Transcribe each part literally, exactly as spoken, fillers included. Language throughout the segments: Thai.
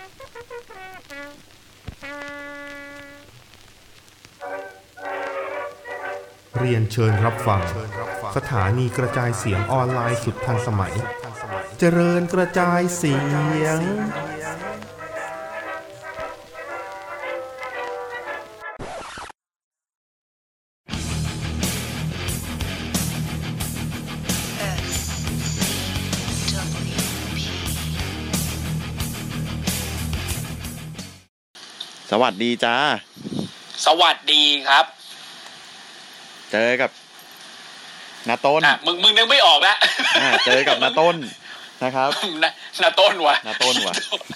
เรียนเชิญรับฟังสถานีกระจายเสียงออนไลน์สุดทันสมัยเจริญกระจายเสียงสวัสดีจ้าสวัสดีครับเจอกับนาต้นอ่ะมึงมึงนึกไม่ออกแล้วอ่าเจอกับนาต้นนะครับนานาต้นวะนาต้นวะ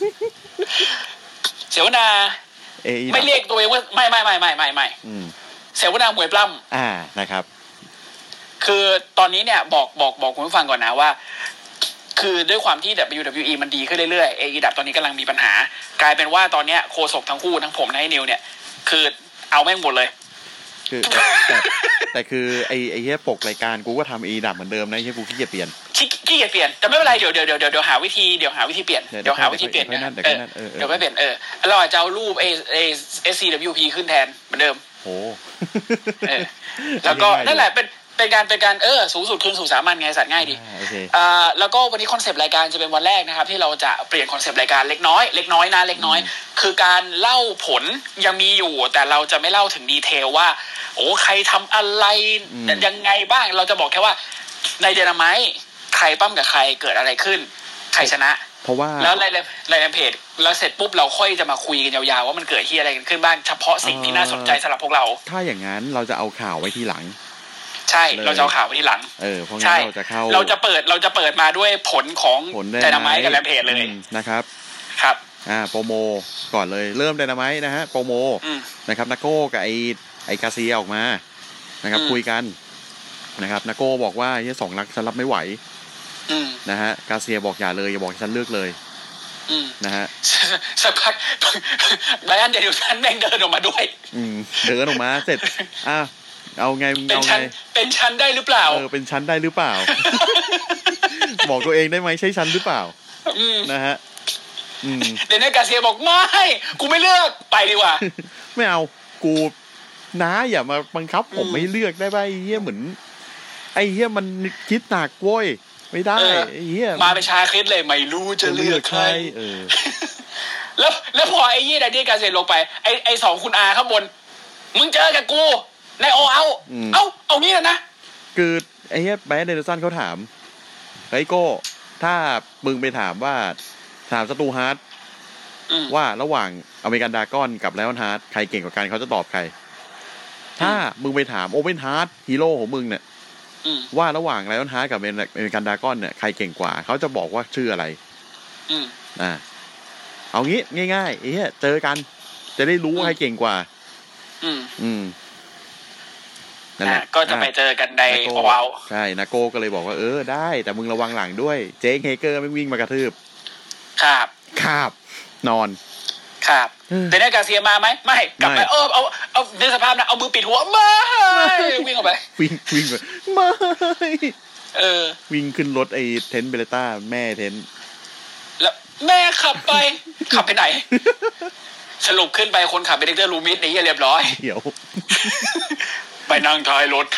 เสวนาไม่เรียกตัวเองว่าไม่ไม่ไม่ไม่ไม่ไม่เสวนามวยปล้ำอ่านะครับคือตอนนี้เนี่ยบอกบอกบอกคุณผู้ฟังก่อนนะว่าคือด้วยความที่ ดับเบิลยู ดับเบิลยู อี มันดีขึ้นเรื่อยๆ เอ อี ดับ ตอนนี้กำลังมีปัญหากลายเป็นว่าตอนนี้โฆษกทั้งคู่ทั้งผมและไอ้นิวเนี่ยคือเอาแม่งหมดเลยคือแต่แต่คือไอ้ไอ้เหี้ยปกรายการกูก็ทำ เอ อี ดับเหมือนเดิมนะไอ้เหี้ยกูขี้เกียจเปลี่ยนขี้ขี้เกียจเปลี่ยนแต่ไม่เป็นไรเดี๋ยวเดี๋ยวเดี๋ยวเดี๋ยวหาวิธีเดี๋ยวหาวิธีเปลี่ยนเดี๋ยวหาวิธีเปลี่ยนนะเออเดี๋ยวไม่เปลี่ยนเออเราอาจจะเอารูป เอ เอ เอส ซี ดับเบิลยู พี ขึ้นแทนเหมือนเดิมโอ้เออแล้วก็นั่นแหละเป็นเป็นการเป็นการเออสูงสุดคืนสู่สามัญไงสัตว์ง่ายดีอ่าแล้วก็วันนี้คอนเซปต์รายการจะเป็นวันแรกนะครับที่เราจะเปลี่ยนคอนเซปต์รายการเล็กน้อยเล็กน้อยนะเล็กน้อยคือการเล่าผลยังมีอยู่แต่เราจะไม่เล่าถึงดีเทลว่าโอ้ใครทำอะไรยังไงบ้างเราจะบอกแค่ว่าในเดนาไมต์ใครปั้มกับใครเกิดอะไรขึ้นใครชนะเพราะว่าแล้วรายรายเพจแล้วเสร็จปุ๊บเราค่อยจะมาคุยกันยาวๆว่ามันเกิดที่อะไรกันขึ้นบ้างเฉพาะสิ่งที่น่าสนใจสำหรับพวกเราถ้าอย่างนั้นเราจะเอาข่าวไว้ทีหลังใช่เราจะเอาข่าวไว้ที่หลังเออเพราะงั้นเราจะเข้าเราจะเปิดเราจะเปิดมาด้วยผลของไดนาไมต์กับแรมเพจเลยนะครับครับอ่าโปรโมก่อนเลยเริ่มไดนาไมต์นะฮะโปรโมนะครับนาโก้กับไอไอกาเซียออกมานะครับคุยกันนะครับนาโก้บอกว่าเฮ้ยสองลักฉันรับไม่ไหวนะฮะกาเซียบอกอย่าเลยอย่าบอกฉันเลือกเลยนะฮะสักพักไบรอันเดนิลสันแม่งเดินออกมาด้วยเดินออกมาเสร็จอ่ะเอาไงเอาไงเป็นชั้นได้หรือเปล่าเออเป็นชั้นได้หรือเปล่าบอกตัวเองได้ไหมใช่ชั้นหรือเปล่านะฮะเดนเนอร์กาเซียบอกไม่กูไม่เลือกไปดีกว่าไม่เอากูน้าอย่ามาบังคับผมไม่เลือกได้ป่ะไอ้เหี้ยเหมือนไอ้เหี้ยมันคิดหนักเว้ยไม่ได้ไอ้เหี้ยมาเป็นชาคริสเลยไม่รู้จะเลือกใครเออแล้วแล้วพอไอ้เหี้ยไดเนียลกาเซียลงไปไอ้ไอ้สองคุณอาข้างบนมึงเจอกับกูในโอเอาเอาเอางี้นะคือไอ้เหี้ยแบรนด์เดนสันเขาถามไอ้โก้ถ้ามึงไปถามว่าถามสตูฮาร์ดว่าระหว่างอเมริกันดากอนกับไลออนฮาร์ดใครเก่งกว่ากันเขาจะตอบใครถ้ามึงไปถามโอเว่นฮาร์ดฮีโร่ของมึงเนี่ยว่าระหว่างไลออนฮาร์ดกับอเมริกันดากอนเนี่ยใครเก่งกว่าเขาจะบอกว่าชื่ออะไรอ่าเอางี้ง่ายๆไอ้เหี้ยเจอกันจะได้รู้ว่าใครเก่งกว่าอืมอืมนั่นแหละก็จะไปเจอกันในโอเอาใช่นาโก้ก็เลยบอกว่าเออได้แต่มึงระวังหลังด้วยเจคเฮเกอร์ไม่วิ่งมากระทืบครับครับนอนครับเดนเนอร์กาเซียมาไหมไม่กลับไปเออเอาเอาในสภาพนะเอามือปิดหัวไม่วิ่งออกไปวิ่งวิ่งไปไม่เออวิ่งขึ้นรถไอ้เทนเบเลต้าแม่เทนแล้วแม่ขับไปขับไปไหนสรุปขึ้นไปคนขับเป็นเด็กเตอร์ลูมิสนี่เรียบร้อยเดี๋ยวไปนั่งท้ายรถ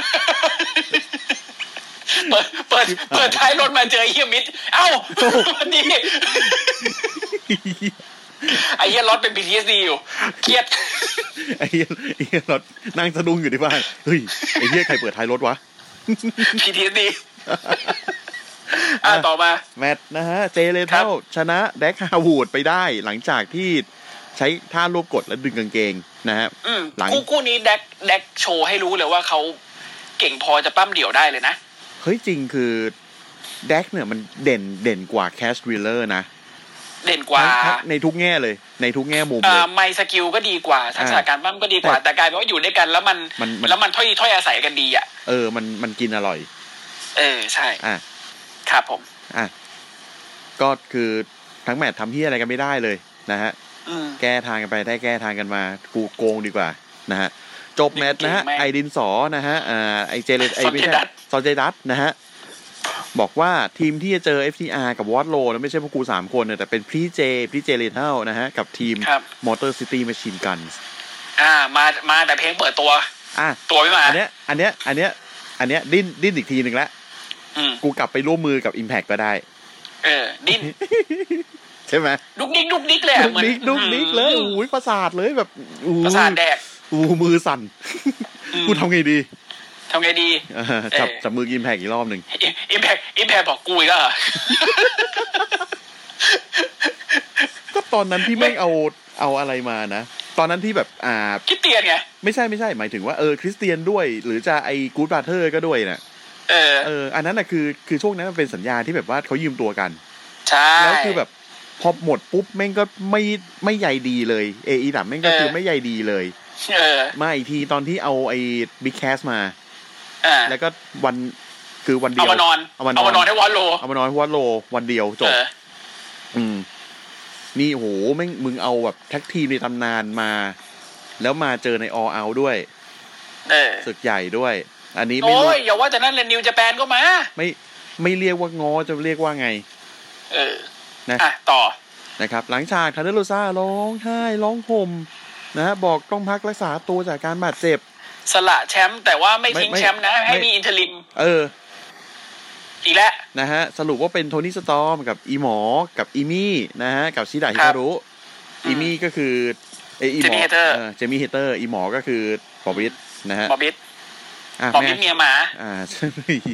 เปิดเปิดเปิดท้ายรถมาเจอไอ้เหี้ยมิดเอ้าดีไอ้เหี้ยรถเป็น พี ที เอส ดี อยู่เครียดไอ้เหี้ยไอ้เหี้ยรถนั่งสะดุ้งอยู่ที่บ้านเฮ้ยไอ้เหี้ยใครเปิดท้ายรถวะพี ที เอส ดี อ่ะต่อมาแมตช์นะฮะเจเลเท่าชนะแดกฮาวูดไปได้หลังจากที่ใช้ท่ารวบกดและดึงกางเกงนะฮะหลังคู่คู่นี้แดกแดกโชว์ให้รู้เลยว่าเขาเก่งพอจะปั้มเดี่ยวได้เลยนะเฮ้ยจริงคือแดกเนี่ยมันเด่นเด่นกว่าแคสวิลเลอร์นะเด่นกว่าในทุกแง่เลยในทุกแง่มุมเลยไมสกิลก็ดีกว่าทักษะการปั้มก็ดีกว่าแต่กลายเป็นว่าอยู่ด้วยกันแล้วมันแล้วมันถ้อยถ้อยอาศัยกันดีอ่ะเออมันมันกินอร่อยเออใช่อ่ะครับผมอ่ะก็คือทั้งแมตช์ทำเหี้ยอะไรกันไม่ได้เลยนะฮะแก้ทางกันไปได้แก้ทางกันมากูโกงดีกว่านะฮะจบแมตช์นะฮะไอดินสอนะฮะอ่าไอเจเลไอไม่ใช่ซอเจดัสนะฮะบอกว่าทีมที่จะเจอ เอฟ ที อาร์ กับวอตโลนะไม่ใช่พวกกูสามคนนะแต่เป็นพี่เจพี่เจเลเทลนะฮะกับทีม Motor City Machine Guns อ่ามามาแต่เพลงเปิดตัวอ่ะตัวไม่มาอันเนี้ยอันเนี้ยอันเนี้ยอันเนี้ยดิ้นดิ้นอีกทีนึงแล้วกูกลับไปร่วมมือกับ Impact ก็ได้เออดิ้นใช่ไหมดุกดิ๊กดุกดิ๊กเลยดุกดิ๊กดุกดิ๊กเลยโอ้ยประสาทเลยแบบประสาทแดกอู้มือสั่นกูทำไงดีทำไงดีจับจับมือ Impact อีกรอบหนึ่ง Impact Impact บอกกูอีกแล้วก็ตอนนั้นที่แม่งเอาเอาอะไรมานะตอนนั้นที่แบบอ่าคริสเตียนไงไม่ใช่ไม่ใช่หมายถึงว่าเออคริสเตียนด้วยหรือจะไอ้กู๊ดบราเธอร์ก็ด้วยน่ะเออเอออันนั้นน่ะคือคือช่วงนั้นมันเป็นสัญญาที่แบบว่าเขายืมตัวกันใช่แล้วคือแบบพอหมดปุ๊บแม่งก็ไม่ไม่ใยดีเลยเออีดับแม่งก็คือไม่ใยดีเลยเออมาอีกทีตอนที่เอาไอ้บิ๊กแคสมาแล้วก็วันคือวันเดียวเอามานอนเอามานอนให้วอลโลเอามานอนให้วอลโลวันเดียวจบอืมนี่โหแม่งมึงเอาแบบแท็กทีมในตำนานมาแล้วมาเจอใน All Out ด้วยเออศึกใหญ่ด้วยอันนี้ไม่รู้โอ้ยอย่าว่าแต่นั้นเลยนิวญี่ปุ่นก็มาไม่ไม่เรียกว่างอจะเรียกว่าไงเออนะอ่ะต่อนะครับหลังจากทาเดโรซ่าร้องไห้ร้องห่มนะฮะบอกต้องพักรักษาตัวจากการบาดเจ็บสละแชมป์แต่ว่าไม่ทิ้งแชมป์นะให้มีอินเทอร์ริมเอออีกแล้วนะฮะสรุปว่าเป็นโทนี่สตอร์มกับอีหมอกับอีมี่นะฮะกับชิดะฮิคารุอีมี่ก็คือเออีหมอเออเจมี่เฮเตอร์อีหมอก็คือบอบบิทนะฮะบอบบิทบอบบิทเมียหมาอ่าใช่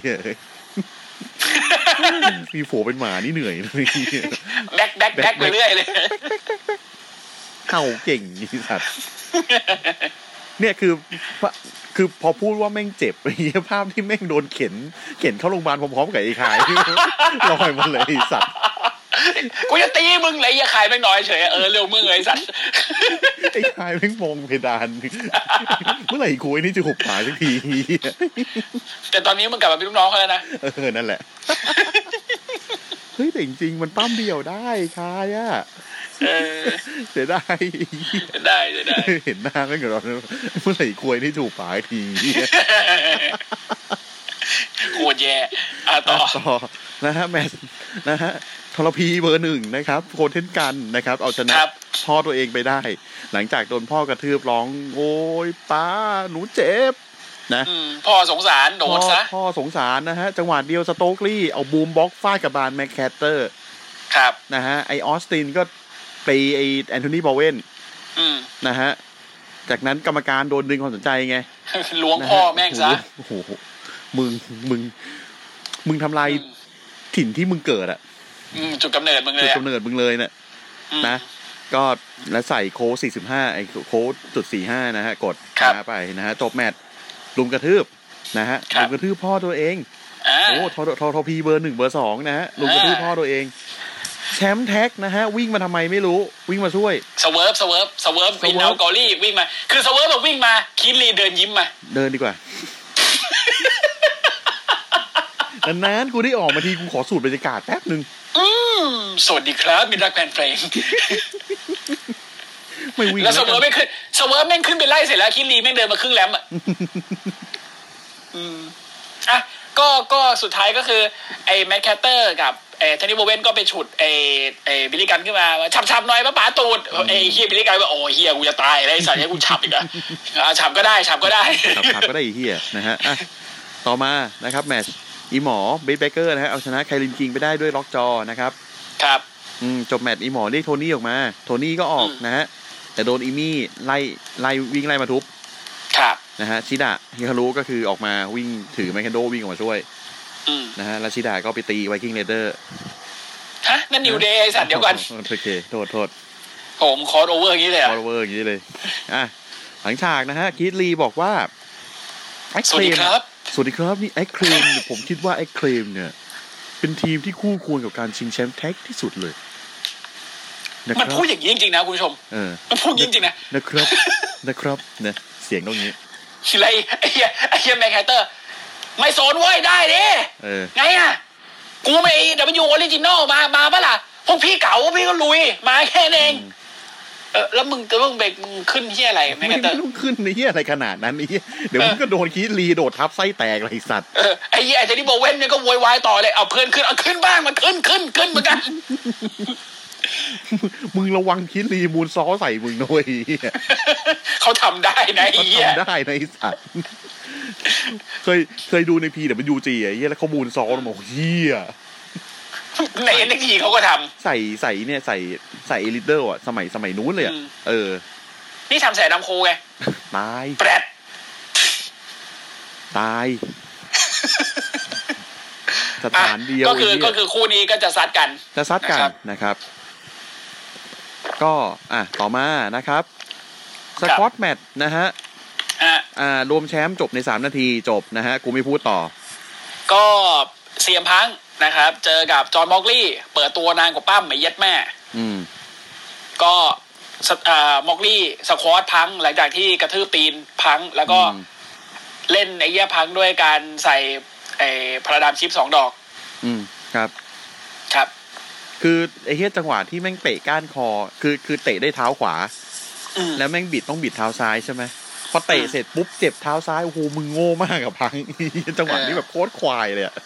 มีโผเป็นหมานี่เหนื่อยเลยแบ็คแบ็คแบ็คไปเรื่อยเลยเห่าเก่งนี่สัตว์เนี่ยคือคือพอพูดว่าแม่งเจ็บไอ้ภาพที่แม่งโดนเข็นเข็นเข้าโรงพยาบาลพร้อมๆกับไอ้คายลอยมาเลยไอ้สัตว์กูจะตีมึงเลยไอ้คายแม่งน้อยเฉยเออเร็วมึงเลยสัตว์ไอ้คายแม่งมองเพดานเมื่อไหร่กูไอ้นี่จะหุบปากสักทีแต่ตอนนี้มึงกลับมาเป็นลูกน้องเขาแล้วนะเออนั่นแหละเฮ้ยแต่จริงๆมันปั้มเดี่ยวได้คายอ่ะเออเสียดายได้เสียดายเห็นหน้าแม่งกับเราเมื่อไหร่ควยนี่ถูกปากทีโคตรแย่อ่ะต่อต่อนะฮะแมตช์นะฮะทรพีเบอร์หนึ่งนะครับโคเทนกันนะครับเอาชนะพ่อตัวเองไปได้หลังจากโดนพ่อกระทืบร้องโอ้ยป้าหนูเจ็บนะพ่อสงสารโดนซะพ่อสงสารนะฮะจังหวะเดียวสโตกลี่เอาบูมบ็อกฟาดกับบานแมคแคตเตอร์ครับนะฮะไอออสตินก็ไปไอแอนโทนีบอเวนนะฮะจากนั้นกรรมการโดนดึงความสนใจไงล้วงพ่อแม่งซะโอ้โหมึงมึงมึงทำลายถิ่นที่มึงเกิดอะจุดกำเนิดมึงเลยจุดกำเนิดมึงเลยเนี่ยนะก็แล้วใส่โค้ดสี่สิบห้าไอโค้ดจุดสี่ห้านะฮะกดมาไปนะฮะจบแมตช์ลุมกระทืบนะฮะลุมกระทืบพ่อตัวเองโอ้ทอทอทอพีเบอร์หนึ่งเบอร์สองนะฮะลุมกระทืบพ่อตัวเองแชมป์แท็กนะฮะวิ่งมาทำไมไม่รู้วิ่งมาช่วยสเวิร์ฟสเวิร์ฟสเวิร์ฟวินเอากอรี่วิ่งมาคือสเวิร์ฟแบบวิ่งมาคิดลีเดินยิ้มมาเดินดีกว่า นานๆกูได้ออกมาทีกูขอสูตรบรรยากาศแป๊บนึงอืมสวัสดีครับมิตรรักแฟนเพลงไม่วิ่งแล้วสเวิร์ฟไม่ขึ้นสเวิร์ฟแม่งขึ้นไปไล่เสร็จแล้วคิดลีแม่งเดินมาครึ่งแลมอ่ะอืมอ่ะก็ก็สุดท้ายก็คือไอ้แมคแคตเตอร์กับไอ้เทนนิสโบเวนก็ไปฉุดไอ้ไอ้บิลลี่กันขึ้นมาฉับๆหน่อยป้าป๋าตูดไอ้เฮียบิลลี่กันว่าโอ้เฮียกูจะตายไอ้สัตว์ให้กูฉับอีกอ่ะอ่าฉับก็ได้ฉับก็ได้ฉับก็ได้เฮียนะฮะอ่ะต่อมานะครับแมตช์อีหมอเบสเบเกอร์นะฮะเอาชนะไคลินคิงไปได้ด้วยล็อกจอนะครับครับอืมจบแมตช์อีหมอเรียกโทนี่ออกมาโทนี่ก็ออกนะฮะแต่โดนอีมี่ไล่ไล่วิ่งไล่มาทุบครับนะฮะชิดะฮิคารุก็คือออกมาวิ่งถือไมคันโดวิ่งออกมาช่วยนะฮะแล้วชิดะก็ไปตีไวกิ้งเรเดอร์ฮะนั่นนิวเดย์ไอ้สัตว์เดี๋ยวก่อนโอเคโทษโทษผมคอร์สโอเวอร์อย่างนี้เลยคอร์สโอเวอร์อย่างนี้เลยอ่ะหลังฉากนะฮะคีธลีบอกว่าสวัสดีครับสวัสดีครับนี่ไอ้เคลมเนี่ยผมคิดว่าไอ้เคลมเนี่ยเป็นทีมที่คู่ควรกับการชิงแชมป์แท็กที่สุดเลยมันพูดอย่างนี้จริงๆนะคุณผู้ชมเออมันพูดจริงๆนะนะครับนะครับเนี่ยเสียงตรงนี้อะไรไอ้เหี้ยไอ้เหี้ยแมคไคเตอร์ไม่สนเว้ยได้ดิไงอ่ะกูไม่ดับเบิลยูออริจินอลมามาปะล่ะพวกพี่เก่าพี่ก็ลุยมาแค่เองเอแล้วมึงก็มึงเบรกมึงขึ้นเหี้ยอะไรแม่งไม่ต้องขึ้นในเหี้ยอะไรขนาดนั้นนี่เดี๋ยวมึงก็โดนคีรีโดดทับไส้แตกเลยไอ้สัตว์เออไอ้เหี้ยไอ้ที่โบเว่นเนี่ยก็โวยวายต่อเลยเอาเพื่อนขึ้นเอาขึ้นบ้างมันขึ้นขึ้นขึ้นเหมือนกันมึงระวังคีรีมูลซ้อใส่มึงด้วยเขาทำได้นะไอ้เหี้ยทำได้นะไอ้สัตว์เคยเคยดูใน พี ดับเบิลยู จี ไอ้เหี้ยแล้วข้อมูลซ้อมาเหี้ยใน เอ็น เอ็กซ์ ที เขาก็ทำใส่ใส่เนี่ยใส่ใส่เอลิเดอร์อ่ะสมัยสมัยนู้นเลยอ่ะเออนี่ทำใส่ดำโคไงตายแปรดตายสถานเดียวก็คือก็คือคู่นี้ก็จะซัดกันจะซัดกันนะครับก็อ่ะต่อมานะครับสควอตแมตช์นะฮะอ่ารวมแชมป์จบในสามนาทีจบนะฮะกูไม่พูดต่อก็เซียมพังนะครับเจอกับจอห์นม็อกลี่เปิดตัวนานกว่าปั้มไอ้เย็ดแม่อืมก็อ่าม็อกลี่สควอตพังหลังจากที่กระทืบตีนพังแล้วก็เล่นไอ้เหี้ยพังด้วยการใส่ไอ้พาราดามชิปสองดอกอืมครับครับคือไอ้เหี้ยจังหวะที่แม่งเตะก้านคอคือคือเตะได้เท้าขวาแล้วแม่งบิดต้องบิดเท้าซ้ายใช่ไหมพอเตะเสร็จปุ๊บเจ็บเท้าซ้ายโอ้โหมึงโง่มากกับพังจังหวะนี้แบบโคตรควายเลยอะ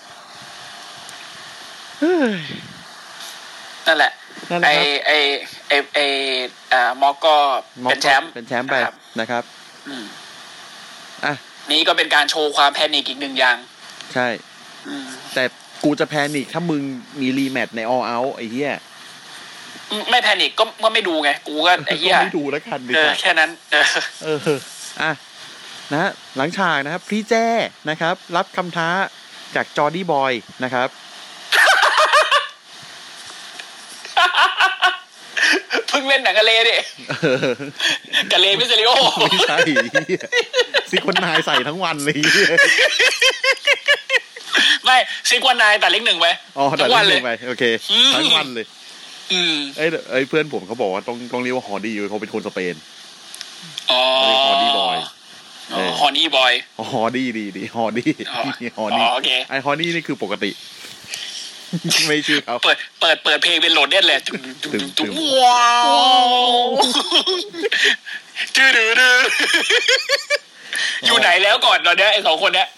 นั่นแหละไอไอไอไออ่ามอกก็เป็นแชมป์เป็นแชมป์ไปนะครับอืมอ่ะนี่ก็เป็นการโชว์ความแพนิคอีกหนึ่งอย่างใช่แต่กูจะแพนิคถ้ามึงมีรีแมตช์ใน All Out ไอ้เหี้ยไม่แพนิคก็ก็ไม่ดูไงกูก็ไอ้เหี้ยไม่ดูแล้วกันเออแค่นั้นเออเอออ่ะนะหลังฉากนะครับพี่แจ้นะครับรับคำท้าจากจอร์ดี้บอยนะครับเพิ่งเล่นหนังกะเลดิกะเลมิสเตอริโอไม่ใช่ซิควันนายใส่ทั้งวันเลยไม่ซิควันนายตัดเล็กหนึ่งไปอ๋อตัดเล็กหนึ่งไปโอเคทั้งวันเลยเอ้ยเอ้ยเพื่อนผมเขาบอกว่าต้องต้องเรียกว่าฮอร์ดี้เขาเป็นคนสเปนอ๋อฮอร์ดี้บอยฮอร์ดี้บอยฮอร์ดี้ดีดีฮอร์ดี้ฮอร์ดี้ไอฮอร์ดี้นี่คือปกติไม่ชื่อเขาเปิดเปิดเปิดเพลงเป็นโหลดเด่นเลยตุ้มว้าวดื้อดื้อดื้ออยู่ไหนแล้วก่อนตอนนี้ไอ้สองคนเนี้ย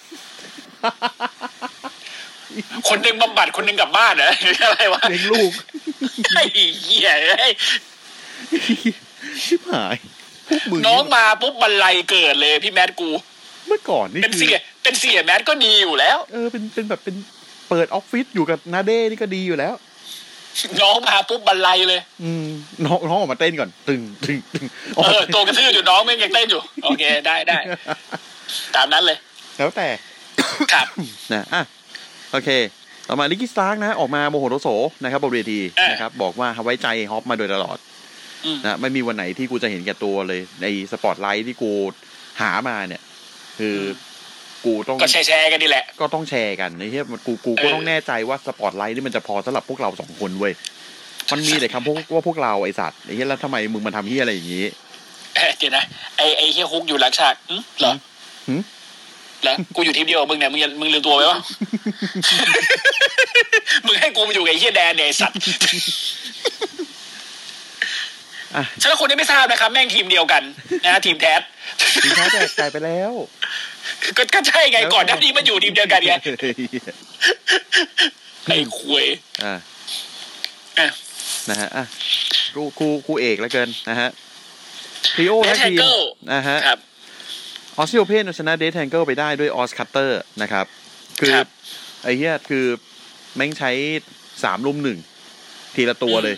คนหนึ่งบำบัดคนหนึ่งกลับบ้านเหรออะไรวะเลี้ยงลูกไอ้เหี้ยไอ้ชิบหายน้องมาปุ๊บบันไลเกิดเลยพี่แมทกูเมื่อก่อนนี่เป็นเสียเป็นเสียแมทก็ดีอยู่แล้วเออเป็นเป็นแบบเป็นเปิดออฟฟิศอยู่กับนาเด้นี่ก็ดีอยู่แล้วน้องมาปุ๊บบันไลเลยอืมน้องน้องออกมาเต้นก่อนตึงตึงตึงเออตัวกระทืบอยู่น้องไม่ยังเต้นอยู่โอเคได้ได้ตามนั้นเลยแล้วแต่ครับนะอ่ะโอเคต่อมาลิกกี้สตาร์กนะออกมาโมโหโตโสนะครับบนเวทีนะครับบอกว่าไว้ใจฮอปมาโดยตลอดนะไม่มีวันไหนที่กูจะเห็นแก่ตัวเลยในสปอตไลท์ที่กูหามาเนี่ยคือกูต้องก็แชร์กันนี่แหละก็ต้องแชร์กันไอ้เหี้ยกูกูก็ต้องแน่ใจว่าสปอตไลท์นี่มันจะพอสำหรับพวกเราสองคนเว้ยมันมีแต่คำพวกว่าพวกเราไอ้สัตว์ไอ้เหี้ยแล้วทำไมมึงมาทำเหี้ยอะไรอย่างงี้เอ๊ะเดี๋ยวนะไอ้ไอ้เหี้ยฮุกอยู่หลังฉากเหรอแล้วกูอยู่ทีมเดียวมึงเนี่ยมึงมึงลืมตัวไปวะมึงให้กูมาอยู่กับไอ้เหี้ยแดนเนี่ยสัตว์ฉันว่าคนที่ไม่ทราบนะครับแม่งทีมเดียวกันนะทีมแทสทีมแทสแตกใจไปแล้วก็ก็ใช่ไงก่อนหน้านี้มาอยู่ทีมเดียวกันไงไอ้คุยอ่าอ่ะนะฮะอ่ะกูกูกูเอกแล้วเกินนะฮะทริโอและทีมนะฮะครับออสซิโอเพนชนะเดทแทงเกิลไปได้ด้วยออสคัตเตอร์นะครับคือไอ้เหี้ยคือแม่งใช้สามลุมหนึ่งทีละตัวเลย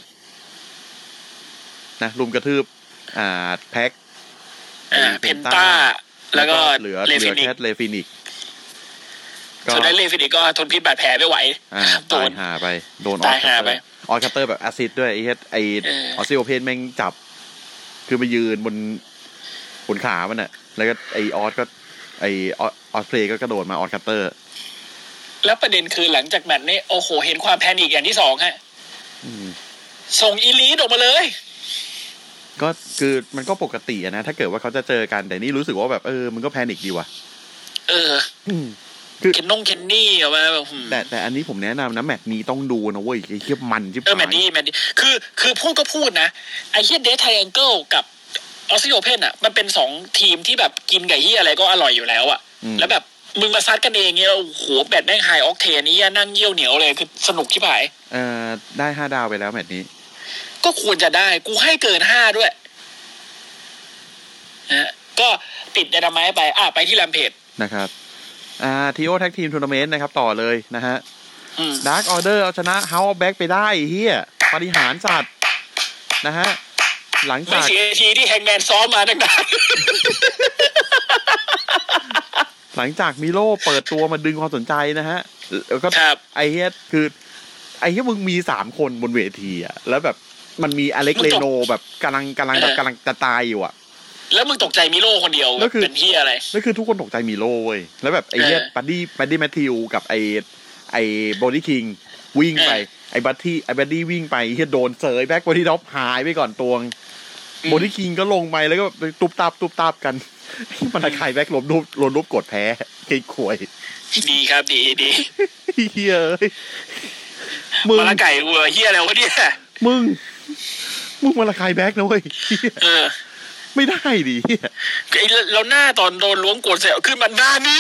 นะลุมกระทืบอ่าแพ็คอ่าเพนต้าแล้วก็เหลือเหลือแค่เลฟินิกส่วนเลฟินิกก็ทนพิษบาดแผลไม่ไหวอ่าตายหาไปโดนออสคัตเตอร์ออสคัตเตอร์แบบแอซิดด้วยไอ้เหี้ยไอออสซิโอเพนแม่งจับคือไปยืนบนบนขามันน่ะแล้วก็ไอออสก็ไอออสเพลย์ก็กระโดดมาออสคัตเตอร์แล้วประเด็นคือหลังจากแมตช์นี้โอ้โหเห็นความแพนิคอย่างที่สองฮะส่งอีลีดออกมาเลยก็คือมันก็ปกตินะถ้าเกิดว่าเขาจะเจอกันแต่นี่รู้สึกว่าแบบเออมันก็แพนิคดีว่ะเออคือเคนนงเคนนี่เอามาแบบแต่แต่อันนี้ผมแนะนำนะแมตช์นี้ต้องดูนะเว้ยไอ้เหี้ยมันจิ๊บเออแมตช์นี้แมตช์นี้คือคือพูดก็พูดนะไอ้เหี้ยเดทไทแองเกิลกับออสซิโอเพนอ่ะมันเป็นสองทีมที่แบบกินไก่เหี้ยอะไรก็อร่อยอยู่แล้วอ่ะแล้วแบบมึงมาซัดกันเองเงี้ยโอ้โหแบตแม่งไฮออกเทนนี่นั่งเยี่ยวเหนียวเลยคือสนุกที่ผายเอ่อได้ห้าดาวไปแล้วแมตช์นี้ก็ควรจะได้กูให้เกินห้าด้วยนะก็ติดไดนาไมต์ไปอ่ะไปที่แรมเพจนะครับอ่าทีโอแท็กทีมทัวร์นาเมนต์นะครับต่อเลยนะฮะดาร์กออเดอร์เอาชนะเฮาส์แบ็กไปได้เฮียปาฏิหาริย์สัตว์นะฮะหลังจากไม่เสียทีที่แฮงแมนซ้อมมาตั้งนานหลังจากมิโร่เปิดตัวมาดึงความสนใจนะฮะแล้วก็ไอ้เฮียคือไอ้เฮียมึงมีสามคนบนเวทีอ่ะแล้วแบบมันมีอเล็กเลโนแบบกำลังกำลังแบบกำลังจะตายอยู่อ่ะแล้วมึงตกใจมิโร่คนเดียวเป็นเฮียอะไรแล้วคือทุกคนตกใจมิโร่เว้ยแล้วแบบไอ้เฮียบัดดี้บัดดี้แมทธิวกับไอ้ไอ้บอดี้คิงวิ่งไปไอ้บัดดี้ไอ้บัดดี้วิ่งไปเฮียโดนเสยแบ็คบอดี้ด็อปหายไปก่อนตวงบอดี้คิงก็ลงไปแล้วก็ตุบตับตุบตับกันมันตะไคร้แบ็คล้มรูปล้มรูปกดแพ้ไอ้ข่วยดีครับดีดีเฮียเอ้ยมึงมาละไก่เว้ยเฮียอะไรวะเนี่ยมึงมึงมาละไคร้แบ็คนะเว้ยเออไม่ได้ดิไอ้เราหน้าตอนโดนล้วงกดเสียขึ้นมันหน้านี้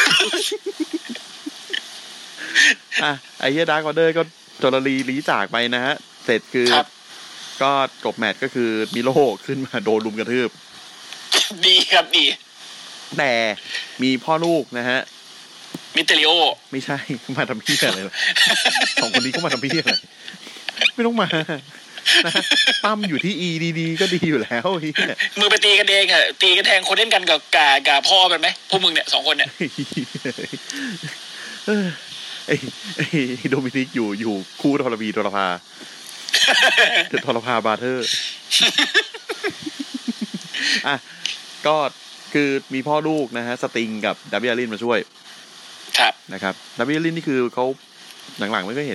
อ่ะไอ้เฮียดาร์กออเดอร์ก็จรลีลีจากไปนะฮะเสร็จคือก็จบแมตช์ก็คือมิโร่ขึ้นมาโดนลุมกระทืบดีครับดีแต่มีพ่อลูกนะฮะมิเตริโอไม่ใช่มาทำพี่อะไรเลยสองคนนี้ก็มาทำพี่อะไรไม่ต้องมาปั้มอยู่ที่ E ดีๆก็ดีอยู่แล้วเฮียมือไปตีกันเองอ่ะตีกันแทงคนเล่นกันกับกากับพ่อมันไหมพวกมึงเนี่ยสองคนเนี่ยไอ้ไอ้โดมินิกอยู่อยู่คู่ทรพีทรพาทรพาบาร์เทอร์อ่ะก็คือมีพ่อลูกนะฮะสติงกับดับเบิลลินมาช่วยครับนะครับดับเบิลลินนี่คือเขาหลังๆไม่ค่อยเห็น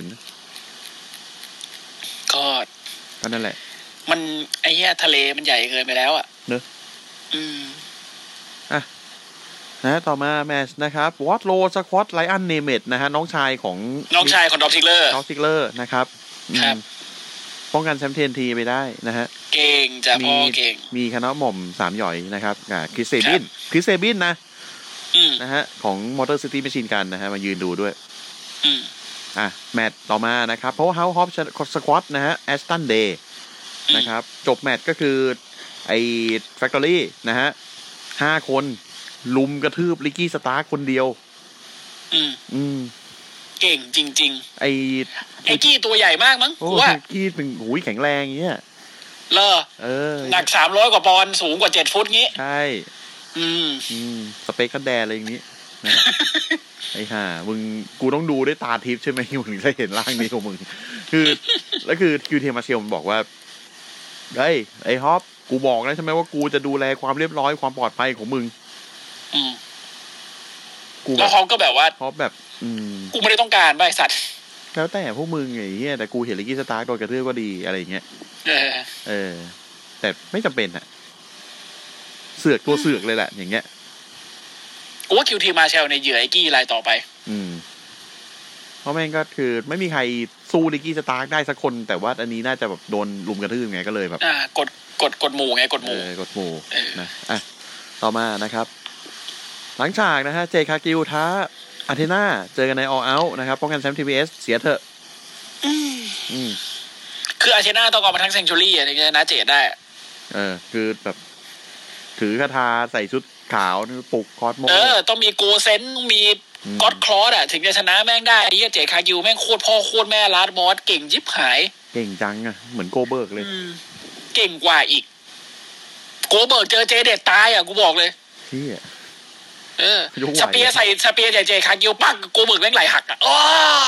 ก็ก็นั่นแหละมันไอ้เหี้ยทะเลมันใหญ่เกินไปแล้วอ่ะเนอะอืมอ่ะนะต่อมาแมชนะครับวอตโลสควอตไลอันเนเมตนะฮะน้องชายของน้องชายของดอฟซิกเลอร์ดอฟซิกเลอร์นะครับครับป้องกันแชมป์เทนทีไปได้นะฮะเก่งจ้ะพ่อเก่งมีคณะหม่อมสามหย่อยนะครับอ่าคริสเซบินคริสเซบินนะนะฮะของมอเตอร์ซิตี้แมชชีนกันนะฮะมายืนดูด้วยอืมอ่ะแมตช์ต่อมานะครับเพราะว่าเฮาส์ฮอปสควอตนะฮะแอสตันเดย์นะครับจบแมตช์ก็คือไอ้แฟคทอรี่นะฮะห้าคนลุมกระทืบลิกกี้สตาร์คนเดียวอืมอืมเก่งจริงๆไอ้ไอ้กี้ตัวใหญ่มากมั้งว่ากี้เป็นหูยแข็งแรงอย่างเงี้ยเลอเออหนักสามร้อยกว่าปอนด์สูงกว่าเจ็ดฟุตงี้ใช่อืมอืมสเปคก็แดนอะไรอย่างนี้นะไอ้ห่ามึงกูต้องดูด้วยตาทิพย์ใช่ไหมมึงถึงจะเห็นร่างนี้ของมึงคือแล้วคือคิวเทมาเชลมันบอกว่าเฮ้ยไอ้ฮอปกูบอกแล้วใช่ไหมว่ากูจะดูแลความเรียบร้อยความปลอดภัยของมึงอืมกูแล้วเขาก็แบบว่าฮอปแบบอืมกูไม่ได้ต้องการไอ้สัตว์แล้วแต่พวกมึงไงเงี้ยแต่กูเห็นลิกกี้สตาร์กโดนกระทืบก็ดีอะไรอย่างเงี้ยเออเออแต่ไม่จำเป็นอะเสือกตัวเสือกเลยแหละอย่างเงี้ยกูว่าคิวทีมาเชลในเหยื่อไอ้กี้รายต่อไปอืมเพราะแม่งก็คือไม่มีใครสู้ลิกกี้สตาร์กได้สักคนแต่ว่าอันนี้น่าจะแบบโดนลุมกระทืบไงก็เลยแบบอ่ากดกดกดหมู่ไงกดหมู่เออกดหมู่นะอ่ะต่อมานะครับหลังฉากนะฮะเจคากิวท้าอาเทน่าเจอกันใน All Out นะครับป้องกันแชมป์ ที บี เอส เสียเถอะอืมคืออาเทน่าต้องเอามาทั้งเซนจูรี่อ่ะถึงจะชนะเจดได้เออคือแบบถือคาถาใส่ชุดขาวปลุกคอสโมเออต้องมีโกเซนต้องมีก็อดคลอสอ่ะถึงจะชนะแม่งได้ไอ้เจคากิวแม่งโคตรพ่อโคตรแม่ลาดบอสเก่งยิบหายเก่งจังอ่ะเหมือนโกเบิร์กเลยเก่งกว่าอีกโกเบิร์กเจอเจเด็ดตายอ่ะกูบอกเลยที่เออสเปียร์ใส่สเปียร์ใส่เจคากิวปักโกเบิร์กแม่งไหลหักอ่ะอ้อ